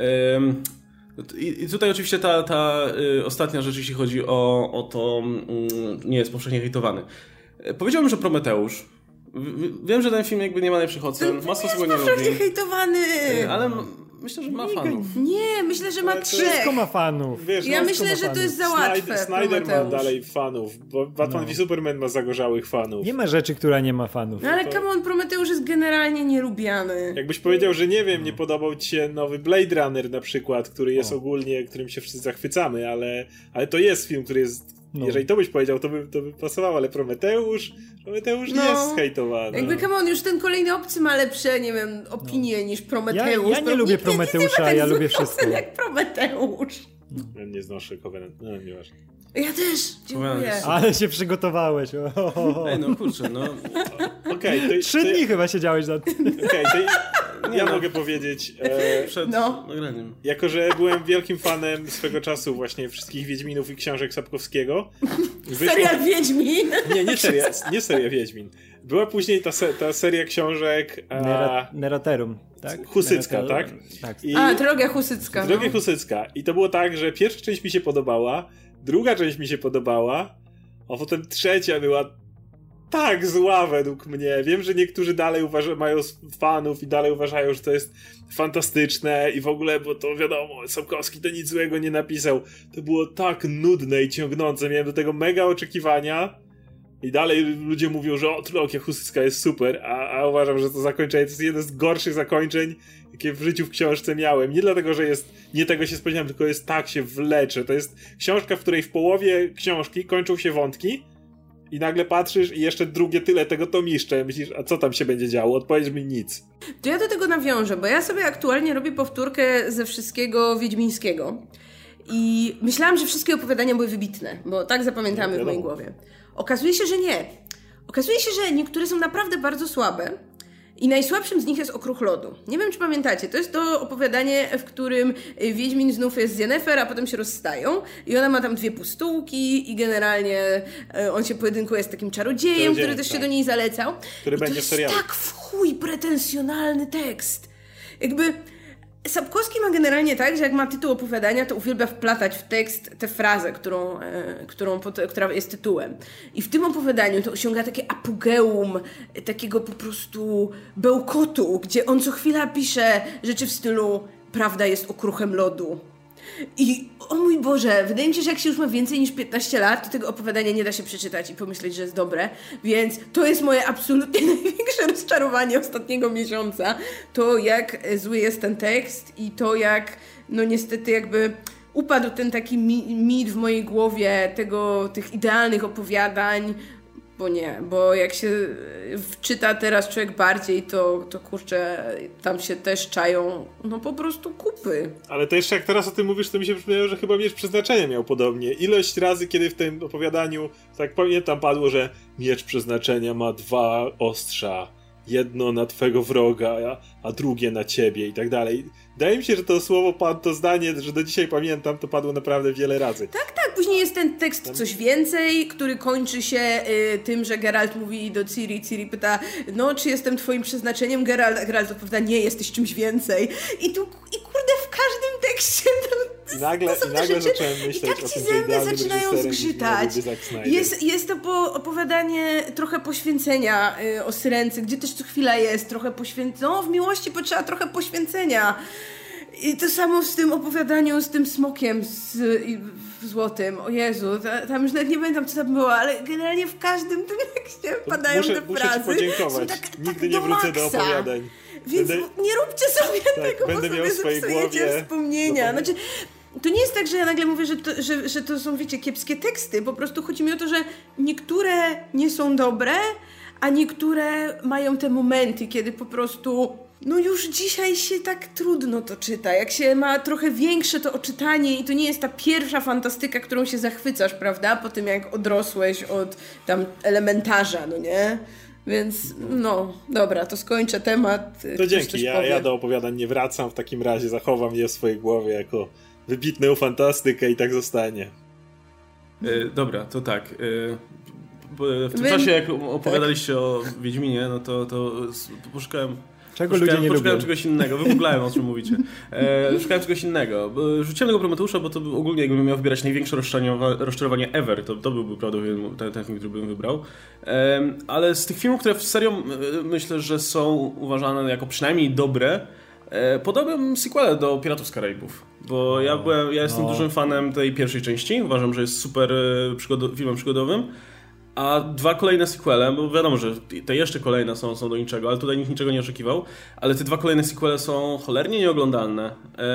I tutaj oczywiście ta ostatnia rzecz, jeśli chodzi o to, nie jest powszechnie hejtowany. Powiedziałbym, że Prometeusz. Wiem, że ten film jakby nie ma najlepszych ocen. Masa osób go nie lubi.
Jest powszechnie hejtowany.
Ale myślę, że ma fanów.
Nie, myślę, że ma
Wszystko ma fanów.
Wiesz,
ja myślę, że to jest za łatwe.
Snyder ma dalej fanów, bo Batman v Superman ma zagorzałych fanów.
Nie ma rzeczy, która nie ma fanów.
No ale come on, Prometeusz jest generalnie nielubiany.
Jakbyś powiedział, że nie wiem, nie podobał ci się nowy Blade Runner na przykład, który jest ogólnie, którym się wszyscy zachwycamy, ale to jest film, który jest... Jeżeli to byś powiedział, to by pasowało, ale Prometeusz nie jest hejtowany.
Jakby, come on, już ten kolejny Obcy ma lepsze, nie wiem, opinie niż Prometeusz.
Ja nie lubię Prometeusza, ja lubię wszystko.
Jak Prometeusz.
Ja nie znoszę Covenant, no nieważne.
Ja też, dziękuję.
Ale się przygotowałeś.
Ej, no kurczę, no...
Okej,
3 dni chyba siedziałeś na tym.
Okej, ja mogę powiedzieć...
Przed nagraniem.
Jako, że byłem wielkim fanem swego czasu właśnie wszystkich Wiedźminów i książek Sapkowskiego.
Serial Wiedźmin?
Nie seria Wiedźmin. Była później ta seria książek...
Neraterum, tak?
Husycka, tak?
Trylogia Husycka.
Trylogia Husycka. I to było tak, że pierwsza część mi się podobała, druga część mi się podobała, a potem trzecia była tak zła według mnie. Wiem, że niektórzy dalej mają fanów i dalej uważają, że to jest fantastyczne i w ogóle, bo to wiadomo, Sapkowski to nic złego nie napisał. To było tak nudne i ciągnące. Miałem do tego mega oczekiwania i dalej ludzie mówią, że trylogia Husycka jest super, a uważam, że to zakończenie to jest jedno z gorszych zakończeń, jakie w życiu w książce miałem. Nie dlatego, że nie tego się spodziewałem, tylko jest tak się wlecze. To jest książka, w której w połowie książki kończą się wątki i nagle patrzysz i jeszcze drugie tyle tego tomiszcze. Myślisz, a co tam się będzie działo? Odpowiedz mi nic.
To ja do tego nawiążę, bo ja sobie aktualnie robię powtórkę ze wszystkiego wiedźmińskiego. I myślałam, że wszystkie opowiadania były wybitne, bo tak zapamiętamy w mojej głowie. Okazuje się, że nie. Okazuje się, że niektóre są naprawdę bardzo słabe. I najsłabszym z nich jest Okruch Lodu. Nie wiem, czy pamiętacie, to jest to opowiadanie, w którym Wiedźmin znów jest z Yennefer, a potem się rozstają i ona ma tam 2 pustułki i generalnie on się pojedynkuje z takim czarodziejem, który też się do niej zalecał.
Który będzie w serialu.
To jest tak w chuj pretensjonalny tekst. Jakby... Sapkowski ma generalnie tak, że jak ma tytuł opowiadania, to uwielbia wplatać w tekst tę frazę, która jest tytułem. I w tym opowiadaniu to osiąga takie apogeum takiego po prostu bełkotu, gdzie on co chwila pisze rzeczy w stylu prawda jest okruchem lodu. I o mój Boże, wydaje mi się, że jak się już ma więcej niż 15 lat, to tego opowiadania nie da się przeczytać i pomyśleć, że jest dobre, więc to jest moje absolutnie największe rozczarowanie ostatniego miesiąca. To jak zły jest ten tekst i to jak, no niestety jakby upadł ten taki mit w mojej głowie tych idealnych opowiadań, bo jak się wczyta teraz człowiek bardziej, to kurczę, tam się też czają no po prostu kupy.
Ale to jeszcze jak teraz o tym mówisz, to mi się przypomniało, że chyba Miecz Przeznaczenia miał podobnie. Ilość razy, kiedy w tym opowiadaniu, tak pamiętam, padło, że Miecz Przeznaczenia ma 2 ostrza. Jedno na twego wroga, a drugie na ciebie i tak dalej. Wydaje mi się, że to słowo, to zdanie, że do dzisiaj pamiętam, to padło naprawdę wiele razy.
Tak, później jest ten tekst Coś więcej, który kończy się tym, że Geralt mówi do Ciri, Ciri pyta, no czy jestem twoim przeznaczeniem? Geralt odpowiada, nie, jesteś czymś więcej. I kurde, w każdym tekście
I nagle zacząłem myśleć o tym, że idealnym
zaczynają zgrzytać. Jest to opowiadanie trochę poświęcenia o Syrence, gdzie też co chwila jest trochę poświęcenia. No, w miłości potrzeba trochę poświęcenia. I to samo z tym opowiadaniem, z tym smokiem złotym. O Jezu, tam już nawet nie pamiętam, co tam było, ale generalnie w każdym tym tekście padają te frazy.
Muszę ci podziękować. Nigdy nie wrócę do opowiadań.
Więc nie róbcie sobie tego,
będę
bo
miał
sobie
w swojej głowie
wspomnienia. Znaczy, to nie jest tak, że ja nagle mówię, że to są, wiecie, kiepskie teksty. Po prostu chodzi mi o to, że niektóre nie są dobre, a niektóre mają te momenty, kiedy po prostu... No już dzisiaj się tak trudno to czyta. Jak się ma trochę większe to oczytanie i to nie jest ta pierwsza fantastyka, którą się zachwycasz, prawda? Po tym jak odrosłeś od tam elementarza, no nie? Więc no, dobra, to skończę temat.
To dzięki, ja do opowiadań nie wracam, w takim razie zachowam je w swojej głowie jako wybitną fantastykę i tak zostanie.
Dobra, to tak. w tym czasie, jak opowiadaliście o Wiedźminie, no to poszukałem...
Czego ludzie nie lubią?
Czegoś innego, wygooglałem, o czym mówicie. Szukałem czegoś innego. Rzuciłem tego Prometeusza, bo to ogólnie jakbym miał wybierać największe rozczarowanie ever, to byłby prawdopodobnie ten film, który bym wybrał. Ale z tych filmów, które serio myślę, że są uważane jako przynajmniej dobre, podobam sequelę do Piratów z Karaibów. Bo ja jestem dużym fanem tej pierwszej części. Uważam, że jest super filmem przygodowym. A 2 kolejne sequele, bo wiadomo, że te jeszcze kolejne są do niczego, ale tutaj nikt niczego nie oczekiwał, ale te 2 kolejne sequele są cholernie nieoglądalne.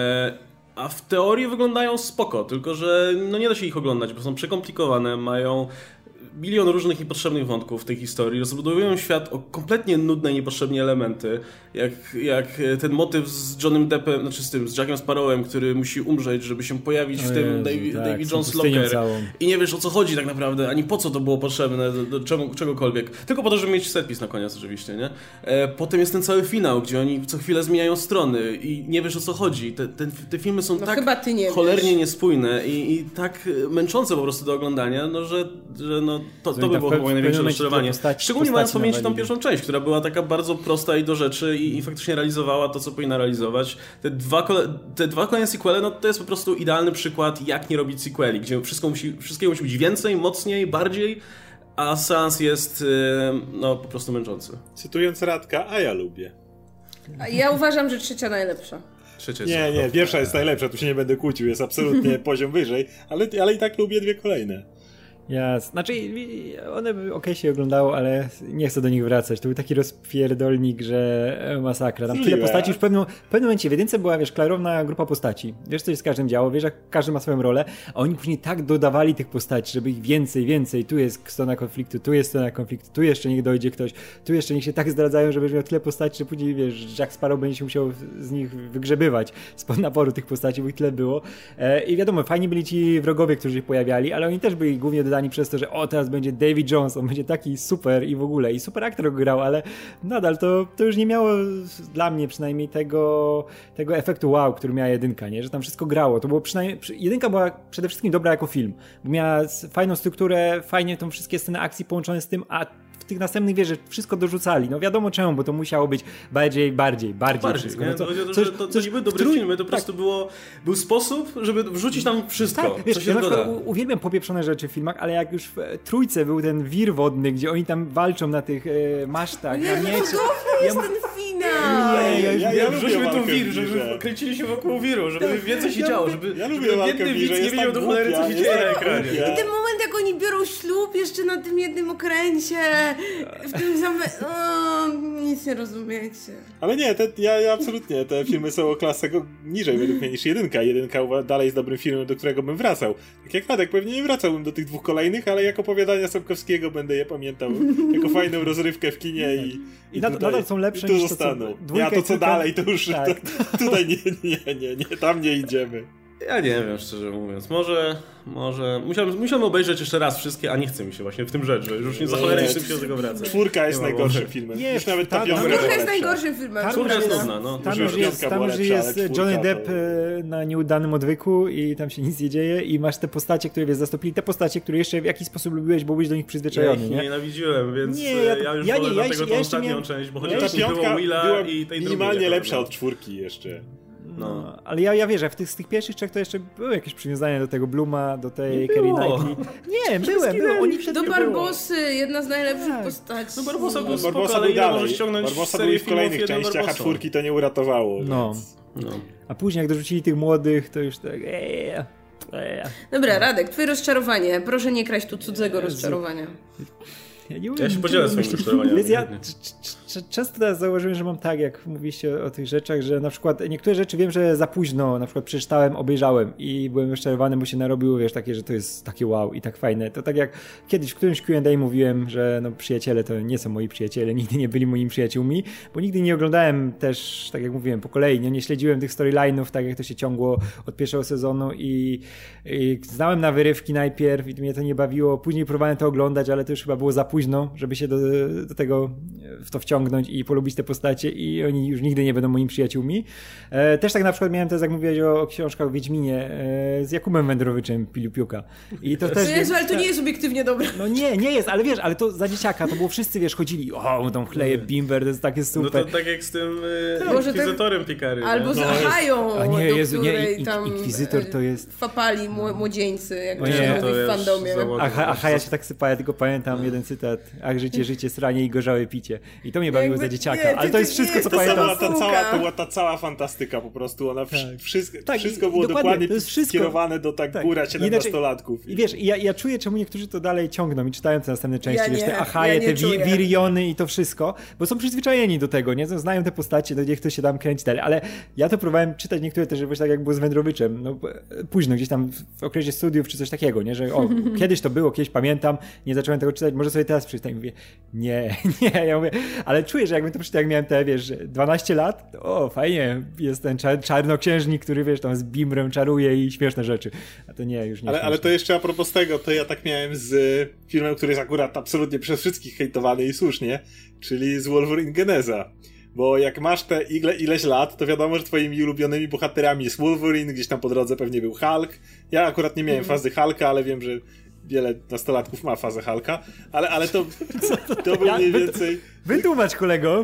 A w teorii wyglądają spoko, tylko że no nie da się ich oglądać, bo są przekomplikowane, mają milion różnych niepotrzebnych wątków w tej historii, rozbudowują świat o kompletnie nudne i niepotrzebnie elementy, jak ten motyw z Johnnym Deppem, znaczy z Jackiem Sparrowem, który musi umrzeć, żeby się pojawić w tym David Jones Locker i nie wiesz o co chodzi tak naprawdę, ani po co to było potrzebne, do czegokolwiek, tylko po to, żeby mieć setpis na koniec oczywiście, nie? Potem jest ten cały finał, gdzie oni co chwilę zmieniają strony i nie wiesz o co chodzi. Te filmy są tak cholernie niespójne i tak męczące po prostu do oglądania, no, że to by było chyba największe rozczarowanie. Szczególnie mając w pamięci tą pierwszą część, która była taka bardzo prosta i do rzeczy i faktycznie realizowała to, co powinna realizować. Te dwa kolejne sequele, no to jest po prostu idealny przykład, jak nie robić sequeli, gdzie wszystkiego musi być więcej, mocniej, bardziej, a seans jest po prostu męczący.
Cytując Radka, a ja lubię.
Ja uważam, że trzecia najlepsza.
Nie, pierwsza jest najlepsza, tu się nie będę kłócił, jest absolutnie poziom wyżej, ale i tak lubię 2 kolejne.
Znaczy one by okej się oglądało, ale nie chcę do nich wracać. To był taki rozpierdolnik, że masakra. Tam tyle postaci już w pewnym momencie w jedynce była, klarowna grupa postaci. Wiesz, co się z każdym działo, wiesz, jak każdy ma swoją rolę, a oni później tak dodawali tych postaci, żeby ich więcej. Tu jest strona konfliktu, tu jest strona konfliktu, tu jeszcze niech dojdzie ktoś, tu jeszcze niech się tak zdradzają, żeby miał tyle postaci, że później, wiesz, Jack Sparrow będzie się musiał z nich wygrzebywać spod naporu tych postaci, bo ich tyle było. I wiadomo, fajni byli ci wrogowie, którzy się pojawiali, ale oni też byli głównie dodani przez to, że teraz będzie David Jones, on będzie taki super i w ogóle, i super aktor go grał, ale nadal to już nie miało dla mnie przynajmniej tego efektu wow, który miała jedynka, nie? Że tam wszystko grało. To było przynajmniej, jedynka była przede wszystkim dobra jako film, bo miała fajną strukturę, fajnie tą wszystkie sceny akcji połączone z tym, a w tych następnych, wiesz, że wszystko dorzucali. No wiadomo czemu, bo to musiało być bardziej wszystko.
No to nie były dobre filmy, to po prostu był sposób, żeby wrzucić tam wszystko,
tak, wiesz,
co się doda.
Uwielbiam popieprzone rzeczy w filmach, ale jak już w trójce był ten wir wodny, gdzie oni tam walczą na tych masztach, na miecze.
Jest ten finał!
Ja wrzućmy tu wir, żeby kręcili się wokół wiru, żeby więcej się działo, żeby biedny widz nie wiedział do cholery, co się dzieje na ekranie.
I ten moment, jak oni biorą ślub jeszcze na tym jednym okręcie, w tym samym... nic nie rozumiecie.
Ale nie, ja absolutnie, te filmy są o klasę niżej według mnie niż jedynka. Jedynka dalej jest dobrym filmem, do którego bym wracał. Tak jak Radek, pewnie nie wracałbym do tych 2 kolejnych, ale jak opowiadania Sapkowskiego będę je pamiętał jako fajną rozrywkę w kinie i
nadal są lepsze
niż zostaną. To co dalej, to już tak. Tutaj nie, tam nie idziemy.
Ja nie wiem, szczerze mówiąc. Może musiałem obejrzeć jeszcze raz wszystkie, a nie chce mi się właśnie w tym rzecz, że już nie za cholerę nie chcę się do tego wracać.
4 jest najgorszym filmem.
Nie,
już nawet ta
5 jest najgorszym filmem.
4 jest nudna, no.
Tam już jest Johnny Depp na nieudanym odwyku i tam się nic nie dzieje i masz te postacie, które zastąpili te postacie, które jeszcze w jakiś sposób lubiłeś, bo byłeś do nich przyzwyczajony.
Ja ich nienawidziłem, więc ja już wolę dlatego tą ostatnią część, bo chociaż
ta 5
było Willa i tej drugiej.
Minimalnie lepsza od 4 jeszcze.
No, ale ja wierzę, z tych pierwszych 3 to jeszcze były jakieś przywiązania do tego Blooma, do tej Keira Knightley. Nie, były. Oni
do Barbosy, jedna z najlepszych postaci.
No Barbosa był spoko, ale ile może ściągnąć
Barbosa był w kolejnych częściach, a 4 to nie uratowało.
No. A później jak dorzucili tych młodych, to już tak...
Dobra, Radek, twoje rozczarowanie. Proszę nie kraść tu cudzego rozczarowania.
Ja się podzielę swoim rozczarowaniem.
Ja często teraz zauważyłem, że mam tak, jak mówiliście o tych rzeczach, że na przykład niektóre rzeczy wiem, że za późno na przykład przeczytałem, obejrzałem i byłem rozczarowany, bo się narobiło, wiesz, takie, że to jest takie wow i tak fajne. To tak jak kiedyś w którymś Q&A mówiłem, że no przyjaciele to nie są moi przyjaciele, nigdy nie byli moimi przyjaciółmi, bo nigdy nie oglądałem też, tak jak mówiłem, po kolei, nie śledziłem tych storyline'ów, tak jak to się ciągło od pierwszego sezonu i znałem na wyrywki najpierw i mnie to nie bawiło, później próbowałem to oglądać, ale to już chyba było za późno późno, żeby się do tego w to wciągnąć i polubić te postacie i oni już nigdy nie będą moimi przyjaciółmi. Też tak na przykład miałem też, jak mówiłeś o książkach o Wiedźminie, z Jakubem Wędrowiczem Pilipiuka. I to też...
Jezu, ale to nie jest obiektywnie dobre.
No nie jest, ale wiesz, ale to za dzieciaka, to było wszyscy, wiesz, chodzili, tam chleje bimber, to jest takie super.
No to tak jak z tym inkwizytorem Pikary.
Albo z Ahają,
nie, Jezu,
której tam
inkwizytor to jest...
Fapali młodzieńcy, jak to
się
mówi w fandomie.
Ahaja się tak sypa, ja tylko pamiętam jeden cytat, ach życie, sranie i gorzałe picie. I to mnie bawiło za dzieciaka, ale to jest wszystko, co pamiętam.
To była ta cała fantastyka po prostu, ona wszystko było dokładnie skierowane do góra 17-latków.
I wiesz, ja czuję, czemu niektórzy to dalej ciągną i czytają te następne części, wiesz, te Ahaje, te Wiriony i to wszystko, bo są przyzwyczajeni do tego, nie? Znają te postacie, no niech ktoś się tam kręci dalej, ale ja to próbowałem czytać niektóre też, właśnie tak jak było z Wędrowiczem, no późno, gdzieś tam w okresie studiów czy coś takiego, nie? Że kiedyś to było, kiedyś pamiętam, nie zacząłem tego czytać, może sobie teraz przeczytać i mówię, nie, ja mówię, ale czuję, że jakbym to przeczytał, jak miałem te, wiesz, 12 lat, to fajnie, jest ten czarnoksiężnik, który, wiesz, tam z bimbrem czaruje i śmieszne rzeczy, a to nie, już nie.
Ale to jeszcze a propos tego, to ja tak miałem z filmem, który jest akurat absolutnie przez wszystkich hejtowany i słusznie, czyli z Wolverine Geneza. Bo jak masz te ileś lat, to wiadomo, że twoimi ulubionymi bohaterami jest Wolverine, gdzieś tam po drodze pewnie był Hulk. Ja akurat nie miałem fazy Hulka, ale wiem, że wiele nastolatków ma fazę Hulka, ale to był mniej więcej...
Wytłumacz, kolego.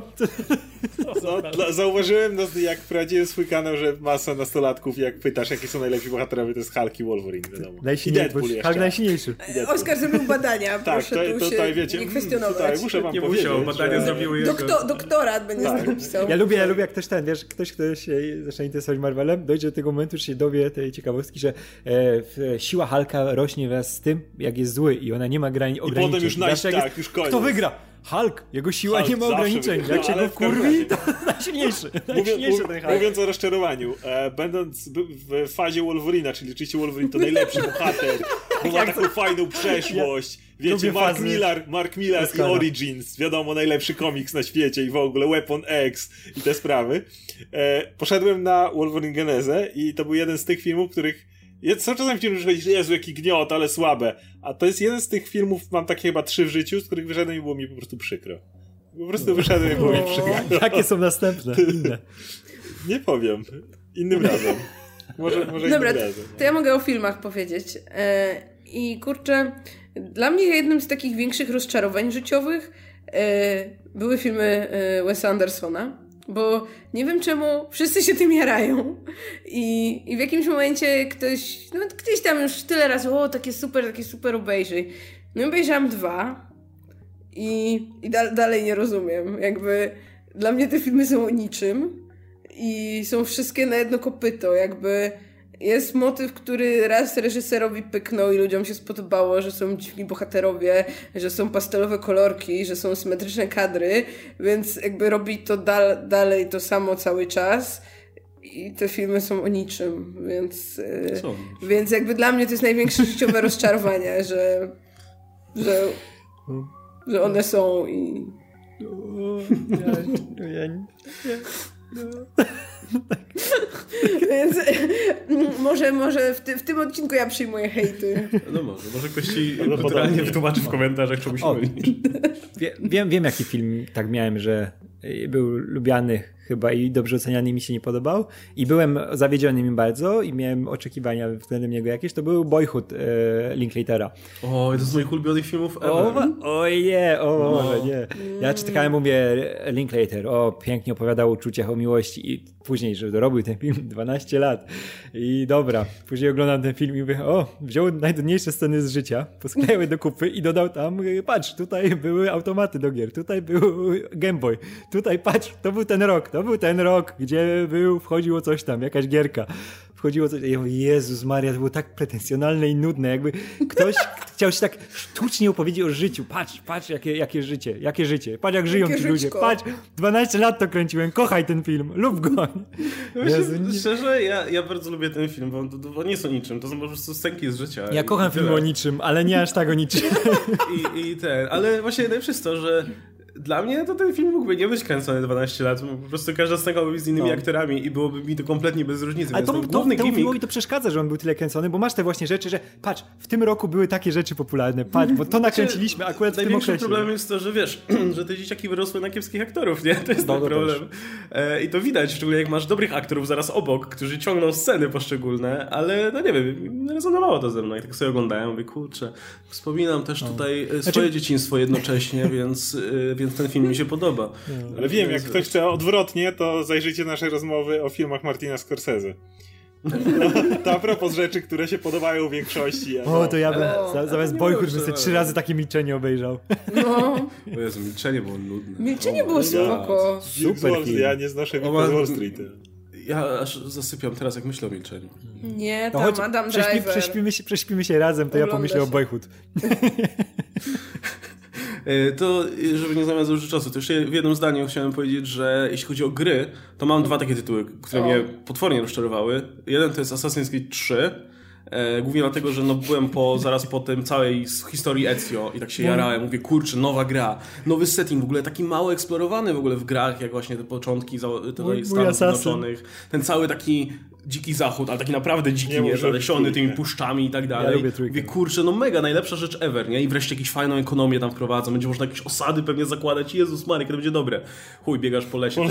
Zauważyłem, jak prowadziłem swój kanał, że masa nastolatków, jak pytasz, jakie są najlepsi bohaterowie, to jest Hulk i Wolverine, wiadomo. I Deadpool jeszcze.
Hulk najsilniejszy.
Oskar zrobił badania,
tak, tutaj wiecie,
nie kwestionować.
Tutaj muszę wam powiedzieć,
badania zrobiły jego.
Doktorat będzie napisał.
Ja lubię jak też wiesz, ktoś się zaczyna interesować Marvelem, dojdzie do tego momentu, że się dowie tej ciekawostki, że siła Hulka rośnie wraz z tym, jak jest zły i ona nie ma ograniczeń.
I potem już już koniec.
Kto wygra? Hulk, jego siła nie ma ograniczeń. Jak się go wkurwi, to najsilniejszy ten Hulk.
Mówiąc o rozczarowaniu, będąc w fazie Wolverina, czyli oczywiście Wolverine to najlepszy bohater, bo ma taką fajną przeszłość. Wiecie, Mark Millar i Origins, wiadomo, najlepszy komiks na świecie i w ogóle Weapon X i te sprawy. Poszedłem na Wolverine Genezę i to był jeden z tych filmów, których są czasem filmy, że chodzi, Jezu, jaki gniot, ale słabe. A to jest jeden z tych filmów, mam takie chyba 3 w życiu, z których wyszedłem i było mi po prostu przykro. Po prostu wyszedłem i było mi przykro.
Jakie są następne? Inne.
Nie powiem. Innym razem. Może
dobra,
innym razem.
To ja mogę o filmach powiedzieć. I kurczę, dla mnie jednym z takich większych rozczarowań życiowych były filmy Wesa Andersona. Bo nie wiem czemu wszyscy się tym jarają i w jakimś momencie ktoś, gdzieś tam już tyle razy, takie super obejrzyj. No obejrzałam 2 i dalej nie rozumiem. Jakby dla mnie te filmy są o niczym i są wszystkie na jedno kopyto. Jakby jest motyw, który raz reżyserowi pyknął i ludziom się spodobało, że są dziwni bohaterowie, że są pastelowe kolorki, że są symetryczne kadry, więc jakby robi to dalej to samo cały czas i te filmy są o niczym, więc jakby dla mnie to jest największe życiowe rozczarowanie, że one są i... Więc może w tym odcinku ja przyjmuję hejty.
No może ktoś ci naturalnie wytłumaczy w komentarzach, czemu się mylisz.
Wiem jaki film tak miałem, że był lubiany chyba i dobrze oceniany i mi się nie podobał i byłem zawiedziony nim bardzo i miałem oczekiwania względem niego jakieś, to był Boyhood Linklatera.
O, to z moich ulubionych filmów ever.
Może nie. Ja czytałem, mówię, Linklater, pięknie opowiadał o uczuciach, o miłości i później, że dorobił ten film 12 lat i dobra, później oglądam ten film i mówię, wziął najdudniejsze sceny z życia, posklejał je do kupy i dodał tam, patrz, tutaj były automaty do gier, tutaj był Game Boy, tutaj patrz, to był ten rok, gdzie wchodziło coś tam, jakaś gierka. Wchodziło coś, ja mówię, Jezus Maria, to było tak pretensjonalne i nudne, jakby ktoś chciał się tak sztucznie opowiedzieć o życiu. Patrz, jakie życie, patrz jak żyją ci ludzie, patrz, 12 lat to kręciłem, kochaj ten film, lub go.
Szczerze, ja bardzo lubię ten film, bo nie jest o niczym, to są po prostu scenki z życia.
Ja kocham filmy o niczym, ale nie aż tak o niczym.
Ale właśnie najlepsze jest to, że Dla mnie to ten film mógłby nie być kręcony 12 lat, po prostu każda scena byłaby z innymi aktorami i byłoby mi to kompletnie bez różnicy.
Ale temu filmowi to przeszkadza, że on był tyle kręcony, bo masz te właśnie rzeczy, że patrz, w tym roku były takie rzeczy popularne, patrz, bo to nakręciliśmy akurat w tym okresie.
Największym problemem jest to, że wiesz, że te dzieciaki wyrosły na kiepskich aktorów, nie? To jest ten problem. I to widać, szczególnie jak masz dobrych aktorów zaraz obok, którzy ciągną sceny poszczególne, ale no nie wiem, rezonowało to ze mną. Jak tak sobie oglądałem, mówię, kurczę, wspominam też tutaj swoje dzieciństwo jednocześnie, więc ten film mi się podoba.
Ale wiem, jak ktoś chce odwrotnie, to zajrzyjcie nasze rozmowy o filmach Martina Scorsese. To a propos rzeczy, które się podobają większości.
To ja bym zamiast Boyhood bym sobie 3 razy takie Milczenie obejrzał.
No.
O Jezu, Milczenie było nudne.
Milczenie było spoko.
Super film.
Ja nie znoszę Wall Street.
Ja aż zasypiam teraz, jak myślę o Milczeniu.
Nie, tam
chodź,
Adam Driver.
Prześpimy się razem, to ja pomyślę o Boyhood.
To, żeby nie zamiast dużo czasu, to jeszcze w jednym zdaniu chciałem powiedzieć, że jeśli chodzi o gry, to mam 2 takie tytuły, które mnie potwornie rozczarowały. Jeden to jest Assassin's Creed 3, głównie dlatego, że byłem zaraz po tym całej historii Ezio i tak się jarałem, mówię, kurczę, nowa gra, nowy setting, w ogóle taki mało eksplorowany w ogóle w grach, jak właśnie te początki Stanów Zjednoczonych, ten cały taki dziki zachód, ale taki naprawdę dziki, nie zalesiony tymi puszczami i tak dalej. Mówię, kurczę, mega, najlepsza rzecz ever, nie? I wreszcie jakąś fajną ekonomię tam wprowadzą, będzie można jakieś osady pewnie zakładać, Jezus Maria, to będzie dobre. Chuj, biegasz po lesie.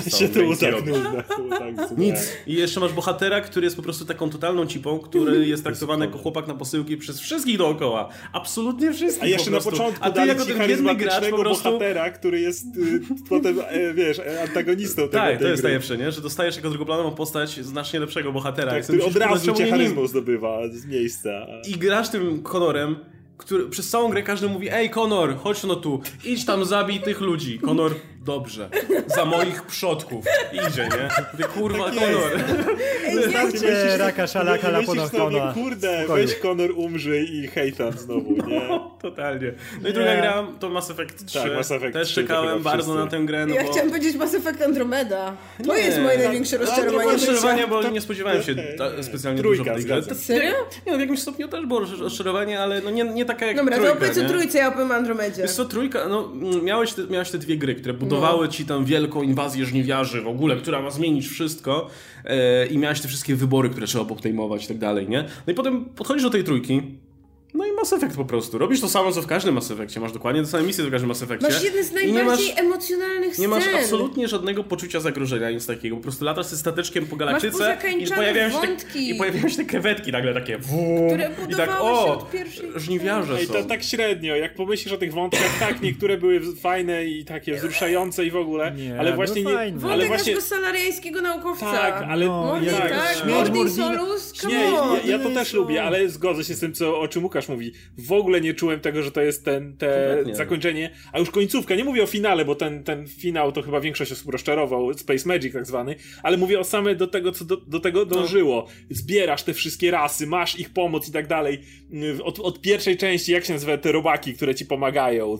Nic. I jeszcze masz bohatera, który jest po prostu taką totalną cipą, który jest traktowany jako chłopak na posyłki przez wszystkich dookoła. Absolutnie wszystkich.
A jeszcze na początku
a ty jako ten biedny gracz po prostu...
bohatera, który jest potem, wiesz, antagonistą tego.
Tak, to jest najlepsze, nie? Że dostajesz jako drugoplanową postać znacznie lepszego bohatera.
Tak, który od razu cię charyzmą zdobywa z miejsca.
I grasz tym Connorem, który przez całą grę każdy mówi, ej Connor, chodź no tu, idź tam zabij tych ludzi. Connor, dobrze, za moich przodków. Idzie, nie? Mówię, kurwa, tak Connor.
Wystarczy raka szalaka na Connor.
Kurde, weź Connor umrzyj i hejtan znowu, nie?
Totalnie. No i druga gra to Mass Effect 3.
Tak, Mass Effect
też
3
czekałem bardzo na tę grę.
Ja chciałem powiedzieć Mass Effect Andromeda. To jest moje największe rozczarowanie.
Bo nie spodziewałem się specjalnie dużo po tej grze.
Serio?
Nie, w jakimś stopniu też było rozczarowanie, ale no nie taka jak
Dobra,
trójka.
Dobra, to opowiedz o trójce, ja opowiem Andromedzie.
Wiesz co, trójka, miałeś te 2 gry, które budowały ci tam wielką inwazję żniwiarzy w ogóle, która ma zmienić wszystko i miałeś te wszystkie wybory, które trzeba podejmować i tak dalej, nie? No i potem podchodzisz do tej trójki, no i Mass Effect po prostu. Robisz to samo, co w każdym Mass Effectie. Masz dokładnie te same misje w każdym Mass Effectie.
Masz jedne z najbardziej emocjonalnych scen.
Nie masz absolutnie żadnego poczucia zagrożenia, nic takiego. Po prostu latasz ze stateczkiem po galaktyce i pojawiają się te krewetki nagle takie
które
i tak,
od pierwszej
żniwiarze są.
I to tak średnio. Jak pomyślisz o tych wątkach, tak, niektóre były fajne i takie wzruszające i w ogóle, ale właśnie nie...
Wątek naszego salariańskiego naukowca.
Tak, ale...
Mordi Solus,
ja to też lubię, ale zgodzę się z tym, o czym Łukasz mówi. W ogóle nie czułem tego, że to jest zakończenie, a już końcówka, nie mówię o finale, bo ten finał to chyba większość osób rozczarował, Space Magic tak zwany, ale mówię o same do tego, co do tego dążyło. Zbierasz te wszystkie rasy, masz ich pomoc i tak dalej. Od pierwszej części, jak się nazywa te robaki, które ci pomagają,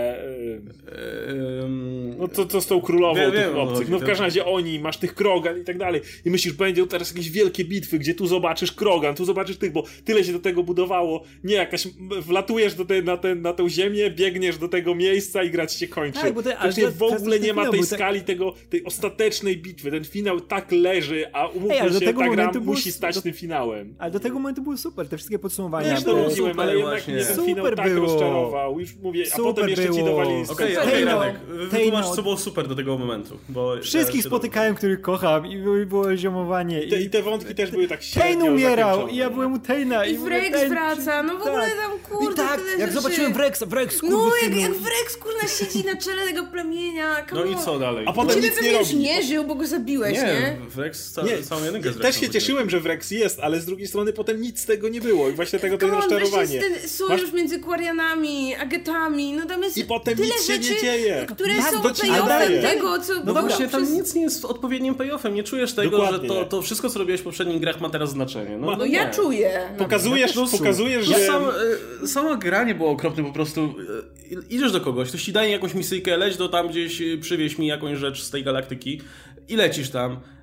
co z tą królową tych obcych. No w każdym razie oni, masz tych Krogan i tak dalej. I myślisz, będą teraz jakieś wielkie bitwy, gdzie tu zobaczysz Krogan, tu zobaczysz tych, bo tyle się do tego budowało. Nie, wlatujesz na tę ziemię, biegniesz do tego miejsca i grać się kończy. Tak, w ogóle nie ma tej skali tej ostatecznej bitwy. Ten finał tak leży, a umówmy się, ta gra musi stać tym finałem.
Ale do tego momentu były super, te wszystkie podsumowania.
Ja to lubiłem, ale jednak mnie ten finał tak rozczarował. Już mówię, a potem jeszcze ci dowali...
Okej, Radek, wytłumacz, co było super do tego momentu.
Wszystkich spotykałem, których kocham i było ziomowanie.
I te wątki też były tak średnio
Tain umierał i ja byłem u Taina.
I Wrex wraca, no w ogóle tam kurde,
tak,
tyle
jak
rzeczy.
zobaczyłem Wrex
no jak Wrex kurna siedzi na czele tego plemienia.
No i co dalej?
A potem nic nie robi.
Nie żył, bo go zabiłeś, nie?
Wrex całą jedynkę z
Też się cieszyłem, że Wrex jest, ale z drugiej strony potem nic z tego nie było i właśnie tego to jest rozczarowanie.
Ten sojusz między Quarianami, Agetami, no tam jest
i potem
tyle
nic się
rzeczy,
nie dzieje.
które są payoffem tego, co
no właśnie, tam nic nie jest odpowiednim payoffem. Nie czujesz tego, że to wszystko, co robiłeś w poprzednich grach, ma teraz znaczenie. No
ja czuję.
Pokazujesz, że...
Sama gra nie było okropne, po prostu idziesz do kogoś, ktoś ci daje jakąś misyjkę, leć do tam gdzieś, przywieź mi jakąś rzecz z tej galaktyki i lecisz tam.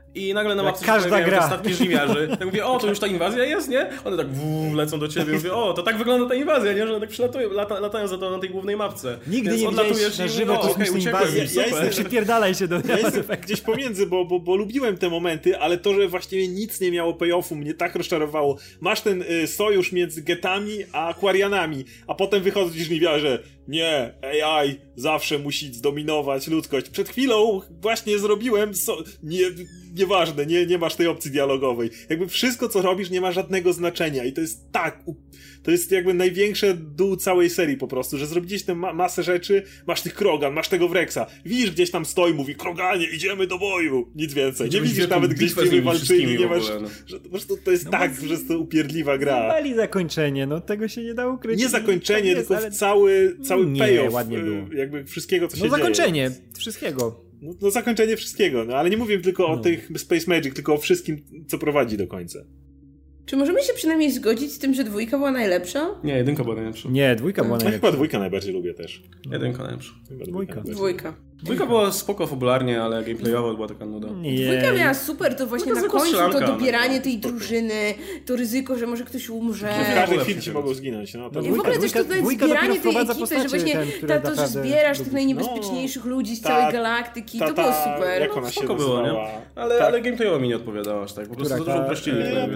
i nagle na mapce
każda gra.
statki żniwiarzy. Ja mówię, o, to już ta inwazja jest, nie? One tak lecą do ciebie. Mówię, o, to tak wygląda ta inwazja, nie? Że one tak przylatują, latają za to na tej głównej mapce.
Nigdy nie widziałeś na żywo kosmicznej inwazji. Przypierdalaj się do
ja jestem gdzieś pomiędzy, bo lubiłem te momenty, ale to, że właściwie nic nie miało payoffu, mnie tak rozczarowało. Masz ten sojusz między getami a akwarianami, a potem wychodzą ci żniwiarze. Nie, AI zawsze musi zdominować ludzkość. Przed chwilą właśnie zrobiłem nieważne, nie masz tej opcji dialogowej. Jakby wszystko, co robisz, nie ma żadnego znaczenia i to jest to jest jakby największe dół całej serii po prostu, że zrobiliście tę masę rzeczy, masz tych Krogan, masz tego Wrexa, widzisz, gdzieś tam stoi, mówi, Kroganie, idziemy do boju, nic więcej. Nie widzisz nawet, gdzieś wy walczyli, nie masz, że po prostu to jest tak, że jest to upierdliwa gra.
Dali zakończenie, no tego się nie da ukryć.
Nie zakończenie, tylko cały payoff,
ładnie było.
jakby wszystkiego, co się dzieje.
No zakończenie wszystkiego.
No zakończenie wszystkiego, no ale nie mówię tylko o tych Space Magic, tylko o wszystkim, co prowadzi do końca.
Czy możemy się przynajmniej zgodzić z tym, że 2 była najlepsza?
Nie, 1 była najlepsza.
Nie, 2 była najlepsza.
Ja chyba 2 najbardziej lubię też.
1 najlepsza.
2
była spoko fabularnie, ale gameplayowo była taka nuda.
2 miała super, to właśnie na końcu to dobieranie tej drużyny, to ryzyko, że może ktoś umrze.
W każdym filmie mogą zginąć. No, to
i w ogóle też to zbieranie tej ekipy, że właśnie to, że zbierasz tych najniebezpieczniejszych ludzi z całej galaktyki, to było super.
Jak ona się
było, nie? Ale gameplayowo mi nie odpowiadała aż tak, po prostu dużo uprościli.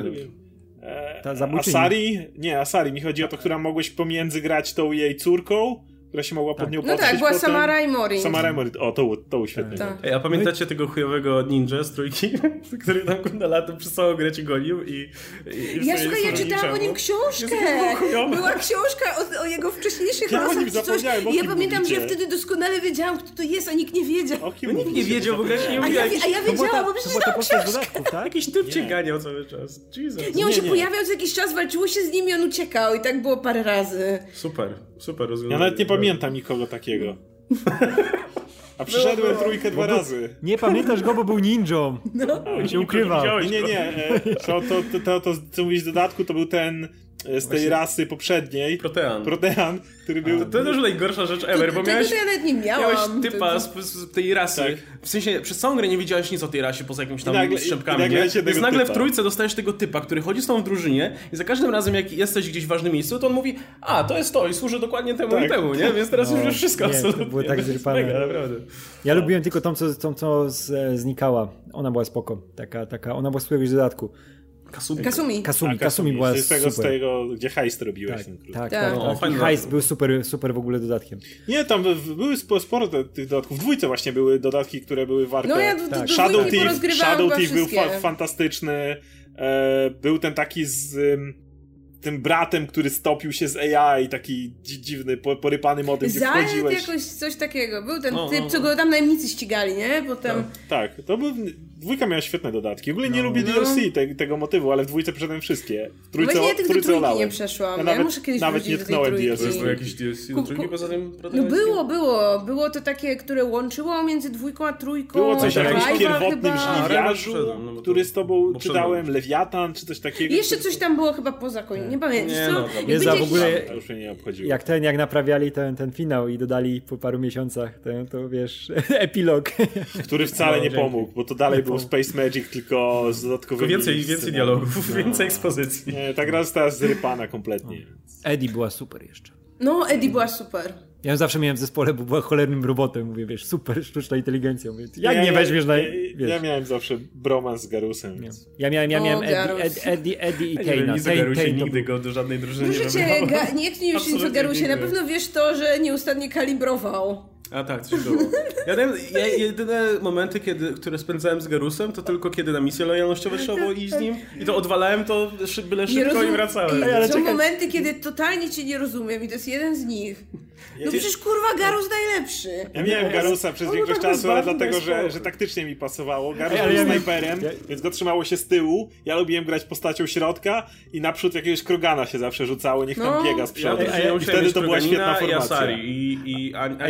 Asari, mi chodzi o to, która mogłeś pomiędzy grać tą jej córką, która się mogła pod nią patrzeć.
No tak, była Samara i Mori.
O, to był świetny.
Tak.
Ej, a pamiętacie tego chujowego ninja z trójki, który tam na lato przez całą grę ci gonił i
ja czytałam o nim książkę. Była książka o jego wcześniejszych losach. Ja pamiętam, że ja wtedy doskonale wiedziałam, kto to jest, a nikt nie wiedział.
Nikt nie wiedział, w ogóle się nie mówiła.
A ja wiedziałam, bo przecież czytałam książkę.
Tak? Jakiś typ cię ganiał cały czas. Jesus.
Nie, on się pojawiał co jakiś czas, walczyło się z nim i on uciekał i tak było parę razy.
Super rozwiązanie.
Ja nawet nie pamiętam nikogo takiego. A przyszedłem 3 2 razy.
Nie pamiętasz go, bo był ninją. On się ukrywał.
Nie. To, co mówisz w dodatku, to był ten z tej rasy poprzedniej. Protean, który był...
To już najgorsza rzecz ever, bo miałeś...
ja nawet nie miałam.
Miałeś typa z tej rasy. Tak. W sensie, przez całą grę nie wiedziałeś nic o tej rasie, poza jakimiś tam strzępkami, nie? Więc nagle w trójce dostajesz tego typa, który chodzi z tą w drużynie i za każdym razem, jak jesteś gdzieś w ważnym miejscu, to on mówi, to jest to i służy dokładnie temu i temu, nie? Więc teraz już wszystko absolutnie.
To było tak zrypane.
Naprawdę.
Ja lubiłem tylko tą, co znikała. Ona była spoko. Taka, ona była z któregoś dodatku. Kasumi była super.
Z tego, gdzie heist robiłeś.
Tak. Heist był super w ogóle dodatkiem.
Nie, tam były sporo tych dodatków. W 2 właśnie były dodatki, które były warte.
No ja
Shadow Thief był fantastyczny. Był ten taki z tym bratem, który stopił się z AI, taki dziwny, porypany motyw, gdzie wchodziłeś.
Jakoś coś takiego. Był ten typ, co go tam najemnicy ścigali, nie? Potem...
Tak, to był... 2 miała świetne dodatki. W ogóle nie lubię DLC tego motywu, ale w 2 przeszedłem wszystkie. W trójce
ja tylko do 3 nie przeszłam. Ja muszę kiedyś
nawet nie tknąłem DLC.
Było jakieś DLC do 3 poza tym?
Było to takie, które łączyło między 2 a 3.
Było coś o jakimś pierwotnym żniwiarzu, który z tobą czytałem, Lewiatan, czy coś takiego.
Jeszcze coś tam było chyba poza koniec. Nie pamiętam.
W ogóle
to już mnie nie obchodziło.
Jak naprawiali ten finał i dodali po paru miesiącach to wiesz, epilog.
Który wcale nie pomógł, bo to dalej był Space Magic, tylko z dodatkowymi...
Więcej dialogów, więcej ekspozycji.
Nie, ta gra została zrypana kompletnie.
Eddie była super jeszcze.
No, Eddie była super.
Ja ją zawsze miałem w zespole, bo była cholernym robotem. Mówię, wiesz, super sztuczna inteligencja. Mówię, jak nie weźmiesz na...
Ja miałem zawsze bromans z Garusem. Więc...
Ja miałem Eddie i Taina.
Nigdy go do żadnej drużyny nie
wybrałem. Nikt nie już nic o Garusie. Na pewno wiesz to, że nieustannie kalibrował.
A tak, coś było. Ja jedyne momenty, które spędzałem z Garusem, to tylko kiedy na misję lojalnościowe trzeba było iść z nim i to odwalałem to byle szybko i wracałem.
Są momenty, kiedy totalnie cię nie rozumiem i to jest jeden z nich. No przecież kurwa Garus najlepszy.
Ja miałem Garusa przez większość czasu, ale dlatego, że taktycznie mi pasowało. Garus był snajperem, więc go trzymało się z tyłu. Ja lubiłem grać postacią środka i naprzód jakiegoś Krogana się zawsze rzucało, niech tam biega z przodu.
I wtedy to była świetna formacja.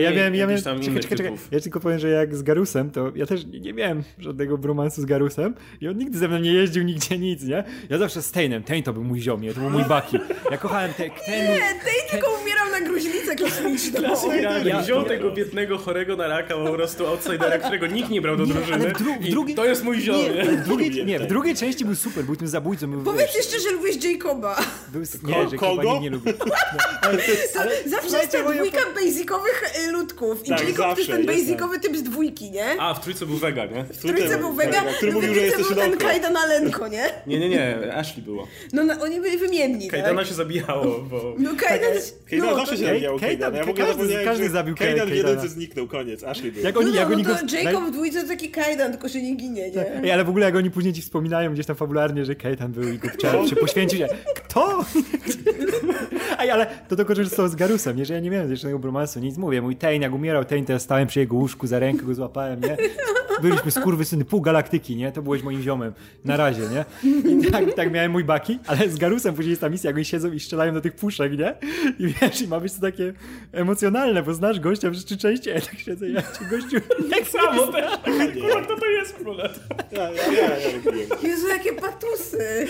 jakichś tam innych typów.
Ja tylko powiem, że jak z Garusem, to ja też nie miałem żadnego bromansu z Garusem i on nigdy ze mną nie jeździł nigdzie nic, nie? Ja zawsze z Tane'em. Tane to był mój ziomie, to był mój Baki. Ja kochałem Tane.
Nie, Tane tylko umierał na gruźlicę kosmiczną.
Wziął tego biednego, chorego na raka, po prostu outsidera, którego nikt nie brał do drużyny. I to jest mój ziomie.
W drugiej części był super, był tym zabójcą.
Powiedz jeszcze, że lubiłeś Jacoba.
Nie, Jacoba nikt nie lubił.
Zawsze jest ta dwójka basicowych ludków. I Jacob to jest ten basicowy typ z dwójki, nie?
A, w trójce był Vega, nie?
W trójce był Vega,
który mówił, że jesteś
był ten Kajdan Alenko, nie?
Nie, Ashley było.
No oni byli wymienni,
Kajdana
tak?
się zabijało, bo...
No Kajdan...
Kajdan zawsze się zabijało Kajdana. Ja w ogóle zapomniałem,
każdy zabił
Kajdan w jedynce zniknął, koniec. Ashley był.
To Jacob w dwójce to taki Kajdan, tylko że nie ginie, nie?
Ej, ale w ogóle jak oni później ci wspominają gdzieś tam fabularnie, że Kajdan był i go się poświęcił się. Kto? Ej, ale to tylko że z Garusem, nie? Że ja nie miałem żadnego bromansu, nic mówię. Mój Tane, jak umierał Tane, to ja stałem przy jego łóżku, za rękę go złapałem, nie? Byliśmy skurwysyny, pół galaktyki, nie? To byłeś moim ziomem. Na razie, nie? I tak miałem mój Baki, ale z Garusem później jest ta misja, jak oni siedzą i strzelają do tych puszek, nie? I wiesz, i ma być to takie emocjonalne, bo znasz gościa w rzeczy części, ja tak siedzę, ja cię gościu...
Jak samo też. Kurwa, kto to jest w ogóle?
Ja lubiłem.
Jezu, jakie patusy.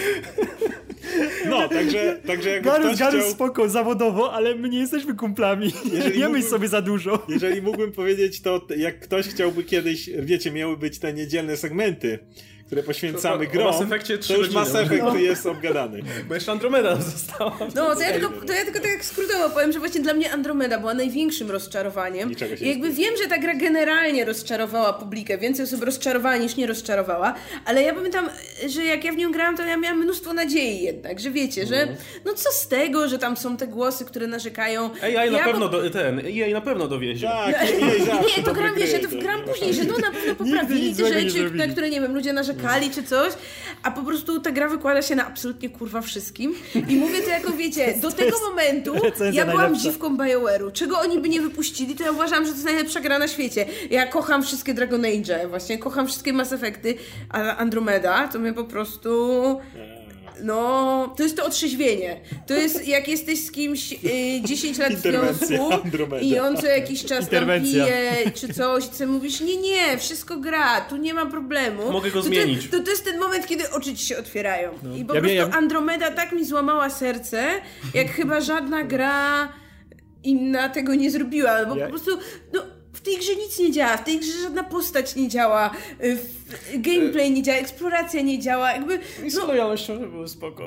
No, także jakby
Garus
chciał...
spoko, zawodowo, ale my nie jesteśmy kumplami. Nie myśl sobie za dużo.
Jeżeli mógłbym powiedzieć, to jak ktoś chciałby kiedyś, wiecie, miały być te niedzielne segmenty, które poświęcamy grom, to już Mass Effect jest obgadany.
Bo jeszcze Andromeda została.
No, to ja tylko tak skrótowo powiem, że właśnie dla mnie Andromeda była największym rozczarowaniem. I jakby wiem, że ta gra generalnie rozczarowała publikę, więcej osób rozczarowała niż nie rozczarowała, ale ja pamiętam, że jak ja w nią grałam, to ja miałam mnóstwo nadziei jednak, że wiecie, że no co z tego, że tam są te głosy, które narzekają.
EA na pewno dowiezie.
Tak,
nie, to gram, wiesz, ja to gram później, że to na pewno poprawili te rzeczy, na które, nie wiem, ludzie narzekali czy coś, a po prostu ta gra wykłada się na absolutnie kurwa wszystkim i mówię to jako, wiecie, do tego momentu ja byłam dziwką BioWare'u. Czego oni by nie wypuścili, to ja uważam, że to jest najlepsza gra na świecie. Ja kocham wszystkie Dragon Age'e, właśnie kocham wszystkie Mass Effecty, a Andromeda to mnie po prostu... No, to jest to otrzeźwienie. To jest jak jesteś z kimś 10 lat w związku i on co jakiś czas tam pije czy coś i ty mówisz, nie, wszystko gra, tu nie ma problemu.
Mogę go zmienić.
To jest ten moment, kiedy oczy ci się otwierają. No. I po prostu Andromeda tak mi złamała serce, jak chyba żadna gra inna tego nie zrobiła, bo po prostu... W tej grze nic nie działa, w tej grze żadna postać nie działa, gameplay nie działa, eksploracja nie działa, jakby...
I z lojalnością były spoko.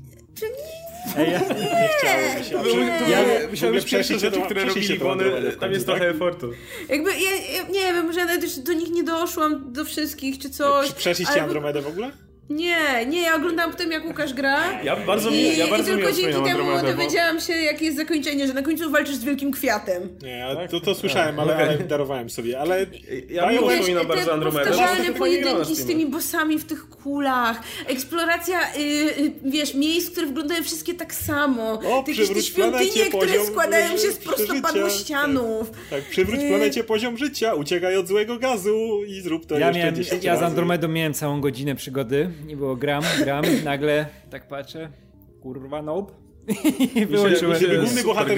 Musiałem być pierwsze rzeczy, które robili, bo
tam jest trochę efortu.
Jakby, ja nie wiem, może ja też do nich nie doszłam, do wszystkich, czy coś.
Przeszliście Andromedę w ogóle?
Nie, ja oglądam potem jak Łukasz gra.
Ja bardzo
tylko dzięki temu dowiedziałam się, jakie jest zakończenie, że na końcu walczysz z wielkim kwiatem.
Nie, to słyszałem, ale darowałem sobie, ale...
Ja miło wspominam bardzo Andromedę.
Powtarzalne pojedynki z tymi bossami w tych kulach, eksploracja, wiesz, miejsc, które wyglądają wszystkie tak samo. Jakieś świątynie, które składają się z prostopadłościanów.
Tak, przywróć planecie poziom życia, uciekaj od złego gazu i zrób to jeszcze 10 razy.
Ja z Andromedą miałem całą godzinę przygody. Nie było gram, nagle tak patrzę, kurwa nope. I wyłączyłem.
Gdyby główny bohater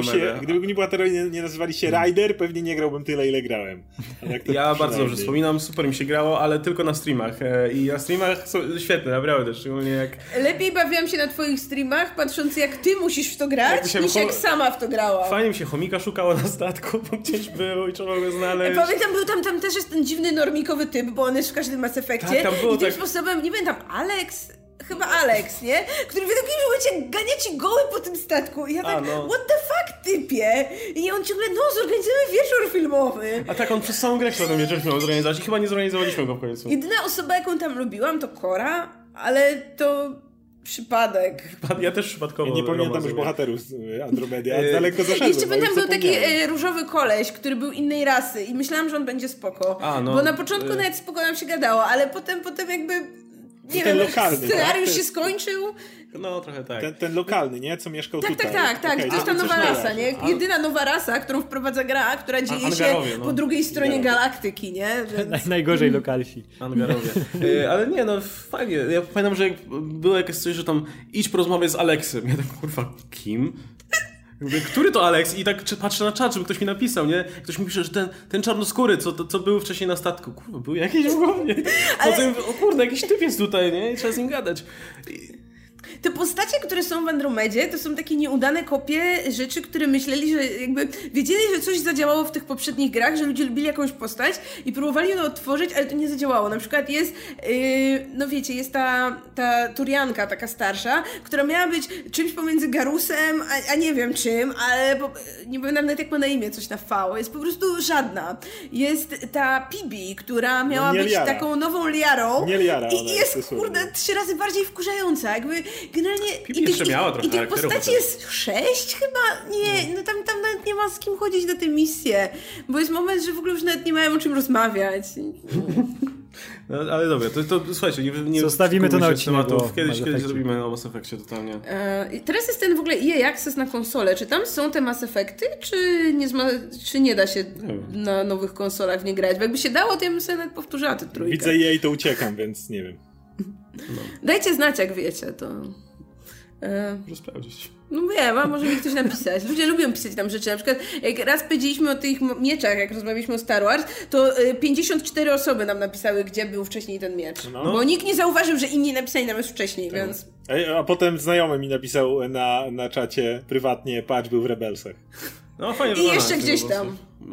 nie nazywali się Ryder, pewnie nie grałbym tyle, ile grałem.
Ja bardzo dobrze wspominam, super mi się grało, ale tylko na streamach. I na streamach są świetne, naprawdę, szczególnie jak...
Lepiej bawiłam się na twoich streamach, patrząc jak ty musisz w to grać, niż jak sama w to grałam.
Fajnie mi się chomika szukało na statku, bo gdzieś był i trzeba go znaleźć.
Pamiętam, był tam też jest ten dziwny normikowy typ, bo on jest w każdym Mass Effectie.
Tak, było
i tym sposobem, nie pamiętam, chyba Alex, nie? Który w jakimś momencie gania ci goły po tym statku i ja tak, what the fuck, typie? I on ciągle, zorganizujemy wieczór filmowy.
A tak, on przez całą grę chciał ten wieczór filmowy zorganizować i chyba nie zorganizowaliśmy go w końcu.
Jedyna osoba, jaką tam lubiłam, to Cora, ale to... przypadek.
Ja też przypadkowo.
Ja nie pamiętam już bohaterów z Andromedy, a daleko zaszedłem.
Jeszcze pamiętam, był taki różowy koleś, który był innej rasy i myślałam, że on będzie spoko. Bo na początku nawet spoko nam się gadało, ale potem jakby... Nie wiem,
lokalny,
scenariusz się skończył.
No, trochę tak.
Ten lokalny, nie? Co mieszkał tutaj.
Tak. To jest ta nowa rasa, nie? Jedyna nowa rasa, którą wprowadza gra, która dzieje się po drugiej stronie galaktyki, nie? Więc...
Najgorzej lokalsi.
Angarowie. Ale nie, fajnie. Ja pamiętam, że jak było jakieś coś, że tam idź porozmawiać z Aleksem. Ja tak, kurwa, kim? Mówię, który to Alex? I tak patrzę na czat, żeby ktoś mi napisał, nie? Ktoś mi pisze, że ten czarnoskóry, co był wcześniej na statku. Kurwa, był jakiś w ogóle. Potem, o kurde, jakiś typ jest tutaj, nie? I trzeba z nim gadać.
Te postacie, które są w Andromedzie, to są takie nieudane kopie rzeczy, które myśleli, że jakby wiedzieli, że coś zadziałało w tych poprzednich grach, że ludzie lubili jakąś postać i próbowali ją odtworzyć, ale to nie zadziałało. Na przykład jest, no wiecie, jest ta Turianka, taka starsza, która miała być czymś pomiędzy Garusem, a nie wiem czym, ale nie pamiętam nawet jak ma na imię, coś na V. Jest po prostu żadna. Jest ta Pibi, która miała być
Liara.
taką nową Liarą.
Nie Liara,
i jest, kurde, 3 razy bardziej wkurzająca. Jakby generalnie i tych postaci jest 6 chyba? Nie, no tam nawet nie ma z kim chodzić na tę misję, bo jest moment, że w ogóle już nawet nie mają o czym rozmawiać.
No, ale dobra, to słuchajcie, nie
zostawimy to na odcinek.
Kiedyś zrobimy o Mass Effectie totalnie.
Teraz jest ten w ogóle EA Access na konsolę. Czy tam są te Mass Effecty, czy nie da się na nowych konsolach w nie grać? Bo jakby się dało, to ja bym sobie nawet powtórzyła tę trójkę.
Widzę EA, to uciekam, więc nie wiem.
No. Dajcie znać, jak wiecie, to...
Może sprawdzić.
No wiem, a może mi ktoś napisać. Ludzie lubią pisać tam rzeczy. Na przykład jak raz powiedzieliśmy o tych mieczach, jak rozmawialiśmy o Star Wars, to 54 osoby nam napisały, gdzie był wcześniej ten miecz. No. Bo nikt nie zauważył, że inni napisali nam już wcześniej, więc...
A potem znajomy mi napisał na czacie prywatnie, patrz, był w Rebelsach.
No, fajnie
i jeszcze gdzieś tam.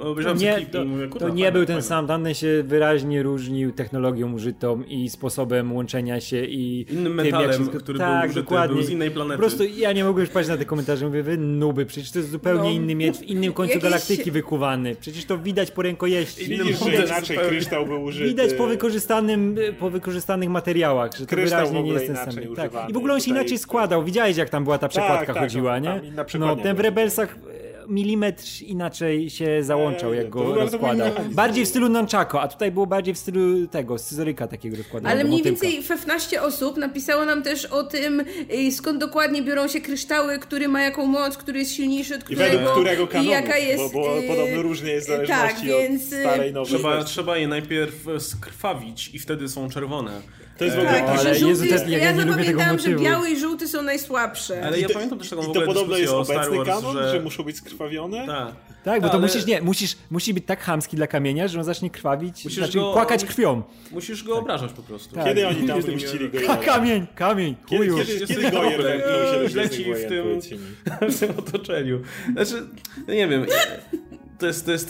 To nie był ten sam. Tamten się wyraźnie różnił technologią użytą i sposobem łączenia się i
innym metalem, który był użyty, dokładnie. Był z innej planety.
Po prostu ja nie mogłem już patrzeć na te komentarze. Mówię, wy nuby, przecież to jest zupełnie inny miecz, w innym końcu galaktyki wykuwany. Przecież to widać po rękojeści.
Widzisz, że inaczej kryształ był użyty.
Widać po wykorzystanych materiałach, że to wyraźnie nie jest ten sam. Tak. I w ogóle on się inaczej składał. Widziałeś, jak tam była ta przekładka chodziła, nie? No, ten w Rebelsach milimetr inaczej się załączał, jak go rozkładał. Bardziej w stylu nunchako, a tutaj było bardziej w stylu tego, scyzoryka takiego rozkładania.
Ale mniej więcej 15 osób napisało nam też o tym, skąd dokładnie biorą się kryształy, który ma jaką moc, który jest silniejszy od którego.
I według którego kanonu,
jaka jest,
bo podobno różnie jest w zależności od starej, nowej.
Trzeba je najpierw skrwawić i wtedy są czerwone.
To jest w ogóle...
Tak,
ale
żółty,
Jezu, ja nie lubię tego motywu.
że biały i żółty są najsłabsze.
Ale ja pamiętam też taką w
ogóle to podobno jest obecny
Wars,
kanon, że muszą być skrwawione?
Tak, bo to musi być tak chamski dla kamienia, że on zacznie krwawić, płakać krwią.
Musisz go obrażać po prostu.
Tak. Kiedy oni tam wymyślili go?
Kamień, chuju.
Kiedy Gojer
leci w tym otoczeniu. Znaczy, nie wiem... To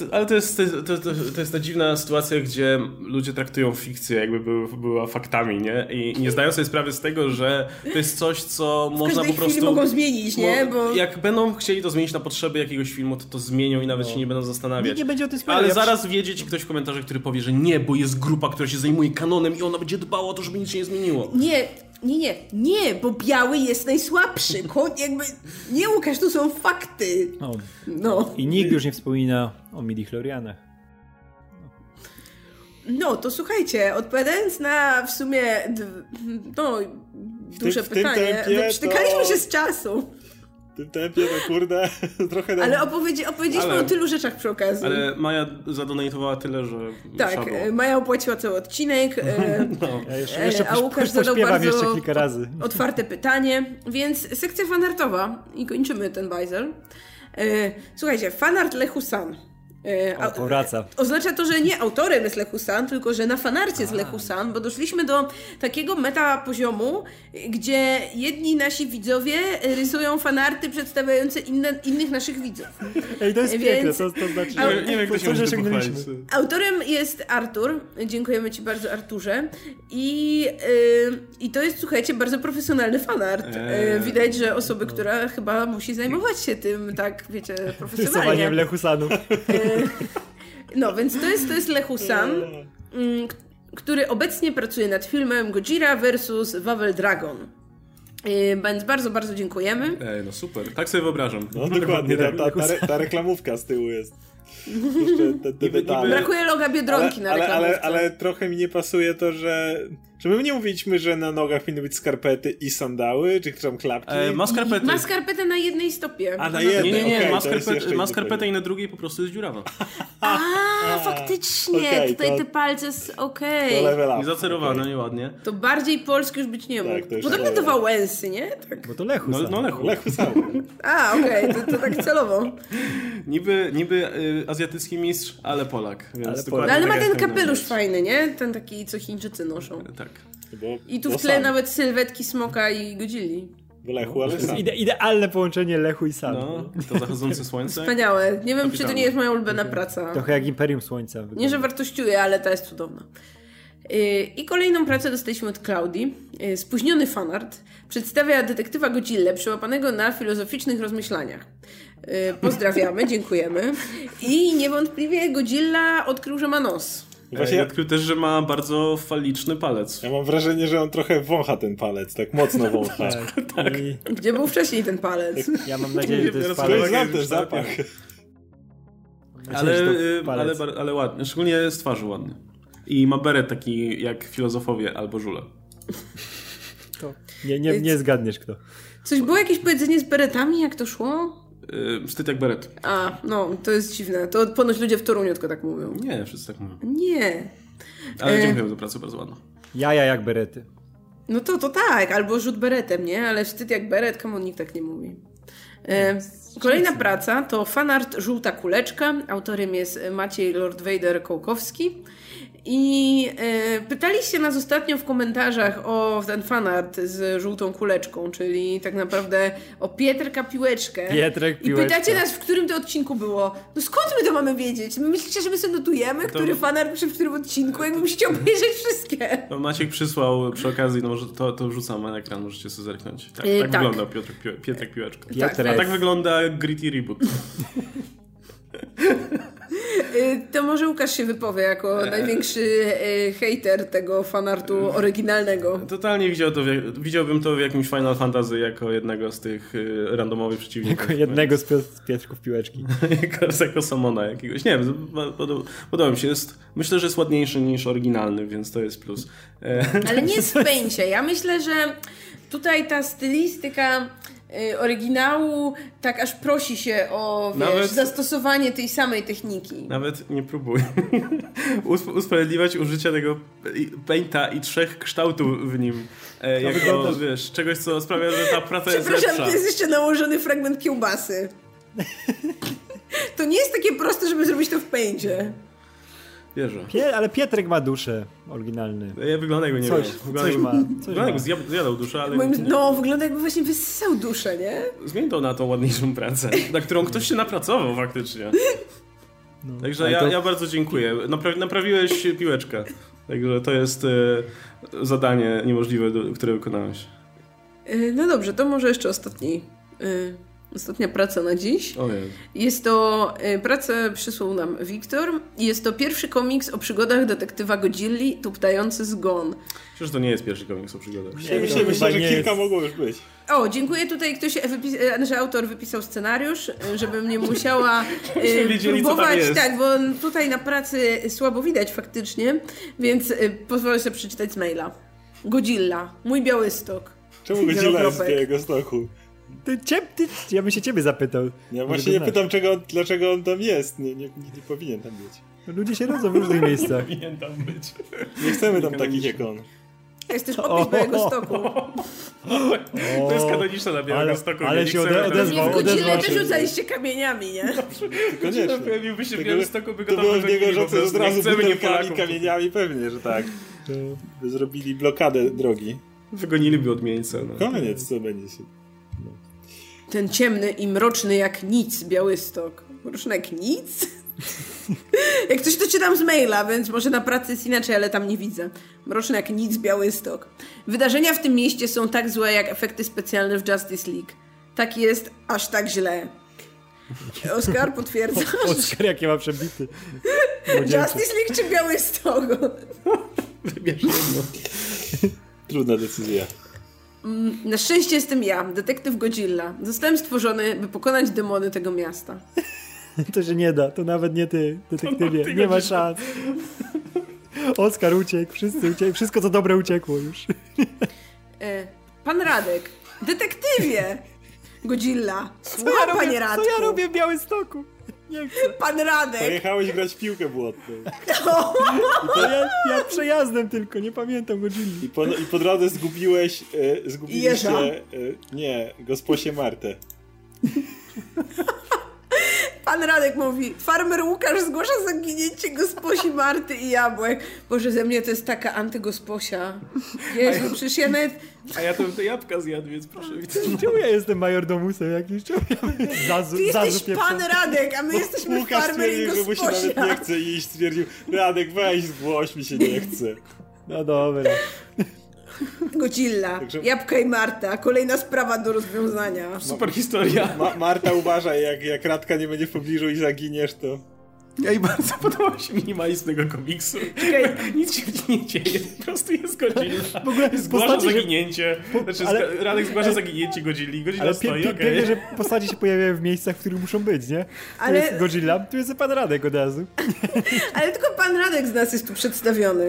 jest ta dziwna sytuacja, gdzie ludzie traktują fikcję, jakby była faktami, nie? I nie zdają sobie sprawy z tego, że to jest coś, co można po prostu...
mogą zmienić, nie? Bo...
Jak będą chcieli to zmienić na potrzeby jakiegoś filmu, to zmienią i nawet się nie będą zastanawiać.
Nie będzie o tym sprawy.
Ale zaraz wiedzie ci ktoś w komentarzach, który powie, że nie, bo jest grupa, która się zajmuje kanonem i ona będzie dbała o to, żeby nic się nie zmieniło.
Nie, bo biały jest najsłabszy. Jakby, nie, Łukasz, to są fakty. No.
I nikt już nie wspomina o midichlorianach.
No, to słuchajcie, odpowiadając na w sumie duże pytanie, wyprztykaliśmy się z czasu.
W tym tempie, to kurde, trochę...
Ale opowiedzieliśmy o tylu rzeczach przy okazji.
Ale Maja zadonatowała tyle, że...
Tak, Maja opłaciła cały odcinek,
a
Łukasz zadał bardzo
jeszcze kilka razy.
otwarte pytanie, więc sekcja fanartowa i kończymy ten bajzel. Słuchajcie, fanart Lechu-san.
Powraca.
Oznacza to, że nie autorem jest Lechu-san, tylko że na fanarcie jest Lechu-san, bo doszliśmy do takiego meta poziomu, gdzie jedni nasi widzowie rysują fanarty przedstawiające innych naszych widzów.
Ej, to jest piękne, to znaczy...
Nie wiem, jak to się może pochwalić.
Autorem jest Artur. Dziękujemy ci bardzo, Arturze. I to jest, słuchajcie, bardzo profesjonalny fanart. Widać, że osoby, która chyba musi zajmować się tym, tak, wiecie, profesjonalnie.
Rysowaniem Lechu-sanów.
No, więc to jest Lechu-san, który obecnie pracuje nad filmem Gojira vs. Wawel Dragon. Więc bardzo, bardzo dziękujemy.
No super, tak sobie wyobrażam.
No dokładnie, ta reklamówka z tyłu jest.
Brakuje loga Biedronki na reklamówce.
Ale trochę mi nie pasuje to, że Czy my nie mówiliśmy, że na nogach powinny być skarpety i sandały, czy tam klapki?
Ma skarpetę na jednej stopie.
A na jednej?
Nie,
Okay,
ma skarpetę i na drugiej po prostu jest dziurawa.
Faktycznie,
okay,
tutaj te palce okej.
To
niezacerowane, nieładnie.
To bardziej polskie już być nie mógł.
Tak,
podobnie do Wałęsy, nie? Tak.
Bo to Lechu sam.
Lechu sam.
Okej, to tak celowo.
Niby azjatycki mistrz, ale Polak. Więc
ale ma ten kapelusz fajny, nie? Ten taki, co Chińczycy noszą.
Tak.
I tu w tle nawet sylwetki Smoka i Godzilli.
Lechu, ale sam.
Idealne połączenie Lechu i Sam.
No, to zachodzące słońce.
Wspaniałe. Nie wiem, czy to nie jest moja ulubiona praca.
Trochę jak Imperium Słońca. Wygląda.
Nie, że wartościuję, ale ta jest cudowna. I kolejną pracę dostaliśmy od Klaudii. Spóźniony fanart przedstawia detektywa Godzillę przyłapanego na filozoficznych rozmyślaniach. Pozdrawiamy, dziękujemy. I niewątpliwie Godzilla odkrył, że ma nos.
Właśnie odkrył też, że ma bardzo faliczny palec.
Ja mam wrażenie, że on trochę wącha ten palec, tak mocno wącha.
Tak.
Gdzie był wcześniej ten palec?
Ja mam nadzieję, że to jest
palec.
palec.
Znam ten zapach.
Ale ładny, szczególnie z twarzy ładny. I ma beret taki jak filozofowie albo żule.
Nie zgadniesz kto.
Coś było jakieś powiedzenie z beretami, jak to szło?
Wstyd jak beret.
To jest dziwne. To ponoć ludzie w Toruniu tylko tak mówią.
Nie, wszyscy tak mówią.
Nie.
Ale dziękuję za pracę, bardzo ładną.
Jaja jak berety.
No to tak, albo rzut beretem, nie? Ale wstyd jak beret, komu nikt tak nie mówi. Kolejna praca to fanart Żółta Kuleczka. Autorem jest Maciej Lord Vader Kołkowski. I pytaliście nas ostatnio w komentarzach o ten fanart z żółtą kuleczką, czyli tak naprawdę o Pietrka Piłeczkę.
Pietrek Piłeczka.
I pytacie nas, w którym to odcinku było. No skąd my to mamy wiedzieć? My myślicie, że my sobie notujemy, który fanart przy którym odcinku, jak musicie obejrzeć wszystkie.
No, Maciek przysłał przy okazji, no może to wrzucam na ekran, możecie sobie zerknąć. Tak wygląda Pietrek Piłeczka.
Tak,
a tak wygląda Gritty Reboot.
To może Łukasz się wypowie jako największy hejter tego fanartu oryginalnego.
Totalnie widziałbym to w jakimś Final Fantasy jako jednego z tych randomowych przeciwników.
Jako jednego z Pietrków Piłeczki.
jako Samona jakiegoś. Nie wiem, podoba mi się. Myślę, że jest ładniejszy niż oryginalny, więc to jest plus.
Ale nie jest w pęcie. Ja myślę, że tutaj ta stylistyka oryginału tak aż prosi się o zastosowanie tej samej techniki.
Nawet nie próbuj usprawiedliwiać użycia tego painta i 3 kształtów w nim. Jako, czegoś, co sprawia, że ta praca jest lepsza.
Przepraszam, to jest jeszcze nałożony fragment kiełbasy. To nie jest takie proste, żeby zrobić to w paincie.
Wierzę.
Ale Pietrek ma duszę oryginalny.
Ja wygląda jakby nie
coś ma.
Wygląda jakby zjadał duszę, ale...
wygląda jakby właśnie wysysał duszę, nie?
Zmień to na tą ładniejszą pracę, na którą ktoś się napracował faktycznie. Także ja bardzo dziękuję. Naprawiłeś piłeczkę. Także to jest zadanie niemożliwe, które wykonałeś.
No dobrze, to może jeszcze ostatnia praca na dziś. Jest to pracę przysłał nam Wiktor i jest to pierwszy komiks o przygodach detektywa Godzilli tuptający zgon.
Przecież to nie jest pierwszy komiks o przygodach.
Myślę, że kilka mogło już być.
Dziękuję tutaj że autor wypisał scenariusz, żebym nie musiała
wiedzieli,
próbować, tak, bo tutaj na pracy słabo widać faktycznie, więc pozwolę sobie przeczytać z maila. Godzilla, mój Białystok.
Czemu Godzilla jest z Białegostoku?
Ja bym się ciebie zapytał.
Ja właśnie nie pytam, dlaczego on tam jest. Nie powinien tam być.
Ludzie się rodzą w różnych miejscach.
Powinien tam być.
Nie chcemy tam takich jak on.
Jest też opis Białegostoku.
To jest kanoniczne na Białegostoku.
Ale się odezwał.
W Godzillę wyrzucaliście kamieniami, nie?
Koniecznie.
Pojawiłby się w Białymstoku, by go
tam wygonili. To było od razu butelkami,
Polaków.
kamieniami, pewnie, że tak. By zrobili blokadę drogi.
Wygoniliby od miejsca.
Koniec, co będzie się...
Ten ciemny i mroczny jak nic Białystok. Mroczny jak nic? Jak coś to czytam z maila, więc może na pracy jest inaczej, ale tam nie widzę. Mroczny jak nic Białystok. Wydarzenia w tym mieście są tak złe jak efekty specjalne w Justice League. Tak jest, aż tak źle. Oskar, potwierdzasz?
Oskar, jakie ma przebity.
Justice League czy Białystok?
Wybierz jedno.
Trudna decyzja.
Na szczęście jestem ja, detektyw Godzilla. Zostałem stworzony, by pokonać demony tego miasta.
To się nie da, to nawet nie ty, detektywie. Nie ma szans. Oskar uciekł, wszyscy uciekli, wszystko co dobre uciekło już.
Pan Radek, detektywie! Godzilla, słucham, panie Radku.
Co ja robię w Białymstoku? Nie chcę.
Pan Radek!
Pojechałeś grać w piłkę błotną.
Ja przejazdem tylko, nie pamiętam Godzilli.
I po drodze zgubiliście...
Jeża?
Nie, gosposię Martę.
Pan Radek mówi, farmer Łukasz zgłasza zaginięcie gosposi Marty i jabłek. Boże, ze mnie to jest taka antygosposia. Jezu, przecież ja nawet...
A ja tam te jabłka zjadł, więc proszę widzieć.
Czemu ja jestem majordomusem jakimś?
Ty jesteś pan Radek, a my jesteśmy
Łukasz
farmer i
stwierdził, że mu się nawet
gosposia.
nie chce iść. Stwierdził, Radek, weź zgłoś, mi się nie chce.
No dobra.
Godzilla,
Także-
jabłka i Marta, kolejna sprawa do rozwiązania.
Super historia.
Marta uważaj, jak Radka nie będzie w pobliżu i zaginiesz, to...
Ja i bardzo podobał się minimalizm tego komiksu. Nic się nie dzieje, po prostu jest Godzilla.
W ogóle
Zgłasza
postacie się-
zaginięcie. Znaczy,
ale-
Radek zgłasza zaginięcie Godzilli. Godzilla
Ale
stoi,
pięknie, że postacie się pojawiają w miejscach, w których muszą być, nie? Tu
Ale-
jest Godzilla, tu jest pan Radek od razu.
Ale tylko pan Radek z nas jest tu przedstawiony.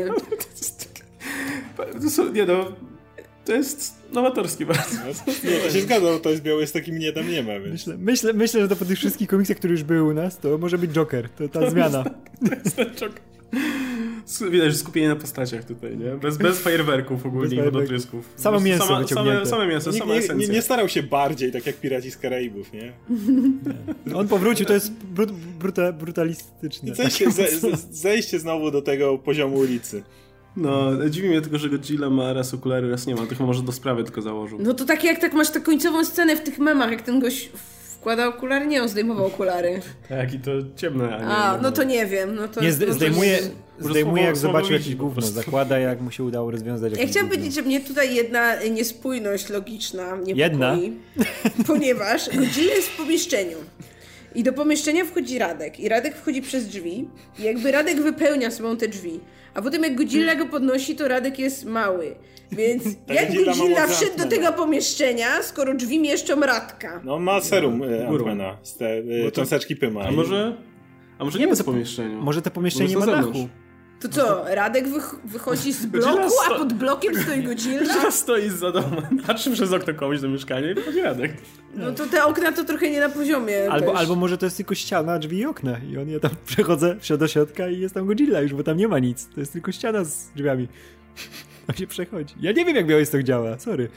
Nie no, to jest nowatorskie bardzo.
Nie, to się zgadza, bo to jest Białystok i mnie tam nie ma, więc...
Myślę, że to po tych wszystkich komiksach, które już były u nas, to może być Joker, to ta zmiana.
To jest ten czok. Widać, że skupienie na postaciach tutaj, nie? Bez fajerwerków ogólnie,
Bez
wodotrysków.
Samo mięso wyciągnięte.
Same mięso, sama esencja.
Nie starał się bardziej, tak jak Piraci z Karaibów, nie?
On powrócił, to jest brutalistyczne.
I zejście znowu do tego poziomu ulicy.
No, dziwi mnie tylko, że Godzilla ma raz okulary, raz nie ma. To chyba może do sprawy tylko założył.
No to tak jak tak masz tę końcową scenę w tych memach, jak ten gość wkłada okulary, nie, on zdejmował okulary.
Tak, i to ciemne,
A,
nie.
no to nie wiem. No to,
Nie,
no to
zdejmuje jak
słowo
zobaczył
widzi
jakieś
po
gówno,
prostu.
zakłada jak mu się udało rozwiązać
Ja
jakieś
chciałam
gówno.
powiedzieć, że mnie tutaj jedna niespójność logiczna niepokoi.
Jedna?
Ponieważ Godzilla jest w pomieszczeniu. I do pomieszczenia wchodzi Radek. I Radek wchodzi przez drzwi. I jakby Radek wypełnia sobą te drzwi. A potem jak Godzilla go podnosi, to Radek jest mały. Więc jak
Godzilla ma
Godzilla
moc
wszedł do
Ant-Mana.
tego pomieszczenia, skoro drzwi mieszczą Radka?
No ma serum Ant-Mana, z te cząsteczki pyma.
A może nie jest w pomieszczeniu?
Może to pomieszczenie nie
Może
ma
na zewnątrz.
dachu.
To co, Radek wychodzi z
Godzilla
bloku, a pod blokiem stoi Godzilla?
Godzilla stoi za domem, patrzy przez okno komuś do mieszkania i wchodzi Radek.
No to te okna to trochę nie na poziomie
Albo może to jest tylko ściana, drzwi i okna. I on ja tam wszedł do środka i jest tam Godzilla już, bo tam nie ma nic. To jest tylko ściana z drzwiami. On się przechodzi. Ja nie wiem, jak Białystok działa, sorry.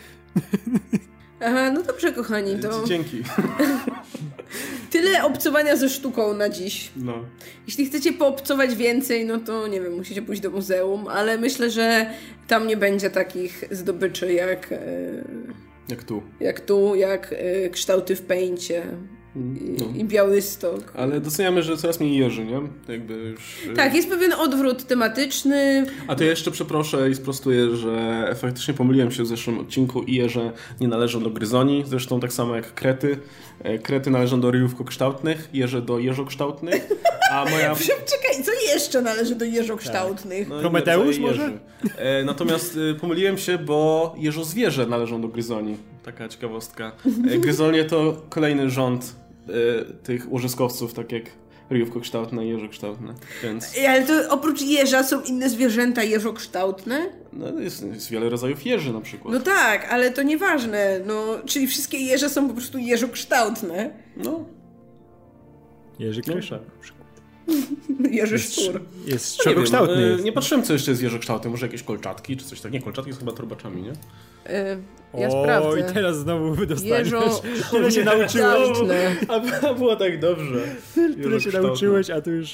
Aha, no dobrze kochani, to
Dzięki.
tyle obcowania ze sztuką na dziś.
No.
Jeśli chcecie poobcować więcej, no to nie wiem, musicie pójść do muzeum, ale myślę, że tam nie będzie takich zdobyczy jak
Jak tu.
kształty w Paincie
No.
i Białystok.
Ale doceniamy, że coraz mniej jeży, nie? Jakby już...
Tak, jest pewien odwrót tematyczny.
A to ja jeszcze przeproszę i sprostuję, że faktycznie pomyliłem się w zeszłym odcinku i jeże nie należą do gryzoni, zresztą tak samo jak krety. Krety należą do ryjówkokształtnych, jeże do jeżokształtnych, a moja...
Czekaj, co jeszcze należy do jeżokształtnych?
No,
Prometeusz
inne rodzaje
może?
jeży. Natomiast pomyliłem się, bo jeżozwierzę należą do gryzoni. Taka ciekawostka. Gryzonie to kolejny rząd tych łożyskowców, tak jak ryjówkokształtne i jeżokształtne. Więc...
Ale to oprócz jeża są inne zwierzęta jeżokształtne?
No, jest wiele rodzajów jeży na przykład.
No tak, ale to nieważne. No, czyli wszystkie jeże są po prostu jeżokształtne.
No.
Jerzy Klesza.
Jeży szczur.
Jest
Nie wiem,
szczerokształtny.
nie patrzyłem, co jeszcze jest jeżokształtem. Może jakieś kolczatki czy coś takiego. Nie, kolczatki są chyba torbaczami, nie?
Ja sprawdzę.
I teraz znowu dostaniesz.
Jeżo...
Tyle się nauczyłeś.
Kształtne.
A było tak dobrze.
Tyle się nauczyłeś, a tu już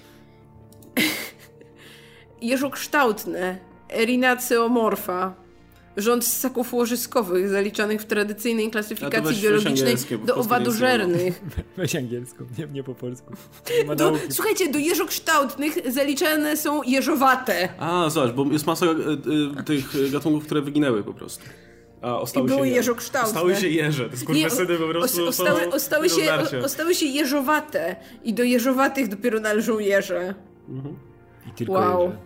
Jeżokształtne. Erinacеомorpha. Rząd ssaków łożyskowych zaliczanych w tradycyjnej klasyfikacji biologicznej do owadożernych.
Weź angielską, nie po polsku. Nie ma nauki.
Słuchajcie, do jeżokształtnych zaliczane są jeżowate.
A, zobacz, bo jest masa tych gatunków, które wyginęły po prostu. A ostały
były
się
jeżokształtne.
Ostały się jeże. Te skurwysyny po prostu
ostały się jeżowate. I do jeżowatych dopiero należą jeże.
I tylko
Wow.
jeże.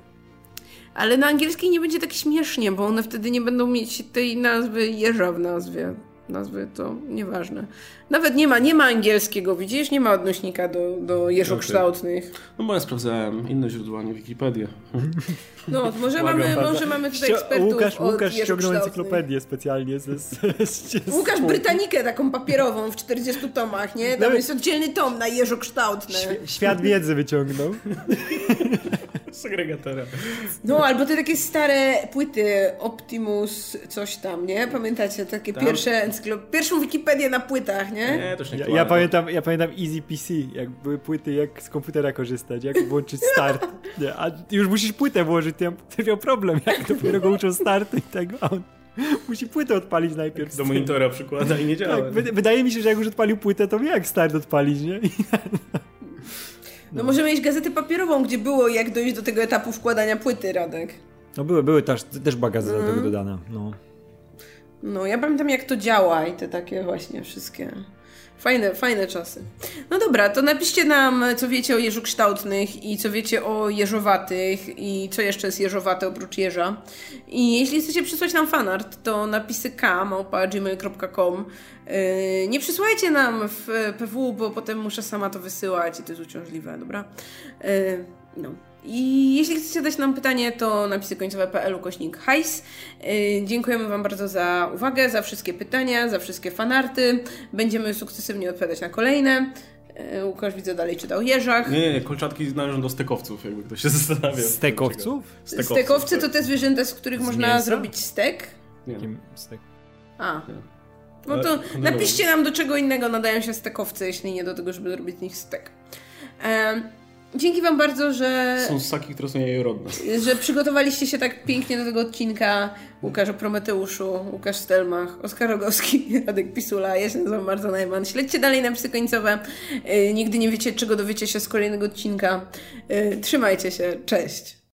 Ale na angielskiej nie będzie tak śmiesznie, bo one wtedy nie będą mieć tej nazwy jeża w nazwie. nazwy, to nieważne. Nawet nie ma angielskiego, widzisz? Nie ma odnośnika do jeżokształtnych.
No bo ja sprawdzałem inne źródła, nie Wikipedię.
No, może mamy tutaj ekspertów
Łukasz ściągnął encyklopedię specjalnie
Łukasz Brytanikę taką papierową w 40 tomach, nie? Tam jest oddzielny tom na jeżokształtne.
Świat wiedzy wyciągnął.
Segregatora.
No, albo te takie stare płyty Optimus coś tam, nie? Pamiętacie? Takie pierwszą Wikipedię na płytach, nie?
Nie, to już nie
ja pamiętam Easy PC, jak były płyty, jak z komputera korzystać, jak włączyć start. Nie, a już musisz płytę włożyć, to miał problem, jak dopiero go uczą startu i tego, a on musi płytę odpalić najpierw.
Do monitora przykłada i nie działa.
Tak, wydaje mi się, że jak już odpalił płytę, to wie jak start odpalić, nie?
No możemy mieć gazetę papierową, gdzie było jak dojść do tego etapu wkładania płyty, Radek.
No były też była gazeta do tego dodana, no.
No, ja pamiętam jak to działa i te takie właśnie wszystkie fajne czasy. No dobra, to napiszcie nam, co wiecie o jeżokształtnych i co wiecie o jeżowatych i co jeszcze jest jeżowate oprócz jeża. I jeśli chcecie przysłać nam fanart, to napisy k@gmail.com. Nie przysłajcie nam w PW, bo potem muszę sama to wysyłać i to jest uciążliwe, dobra? No. I jeśli chcecie dać nam pytanie, to napisy końcowe.pl/hajs. Dziękujemy Wam bardzo za uwagę, za wszystkie pytania, za wszystkie fanarty. Będziemy sukcesywnie odpowiadać na kolejne. Łukasz, widzę, dalej czytał o jeżach.
Nie, kolczatki należą do stekowców, jakby ktoś się zastanawia.
Stekowców?
Stekowcy to te zwierzęta, z których można zrobić stek?
Nie.
Stek?
A. No to napiszcie nam, do czego innego nadają się stekowcy, jeśli nie do tego, żeby zrobić z nich stek. Dzięki Wam bardzo, że...
Są ssaki, które są jajorodne.
Że przygotowaliście się tak pięknie do tego odcinka. Łukasz o Prometeuszu, Łukasz Stelmach, Oskar Rogowski, Radek Pisula, ja się nazywam Marta Najman. Śledźcie dalej napisy końcowe. Nigdy nie wiecie, czego dowiecie się z kolejnego odcinka. Trzymajcie się. Cześć.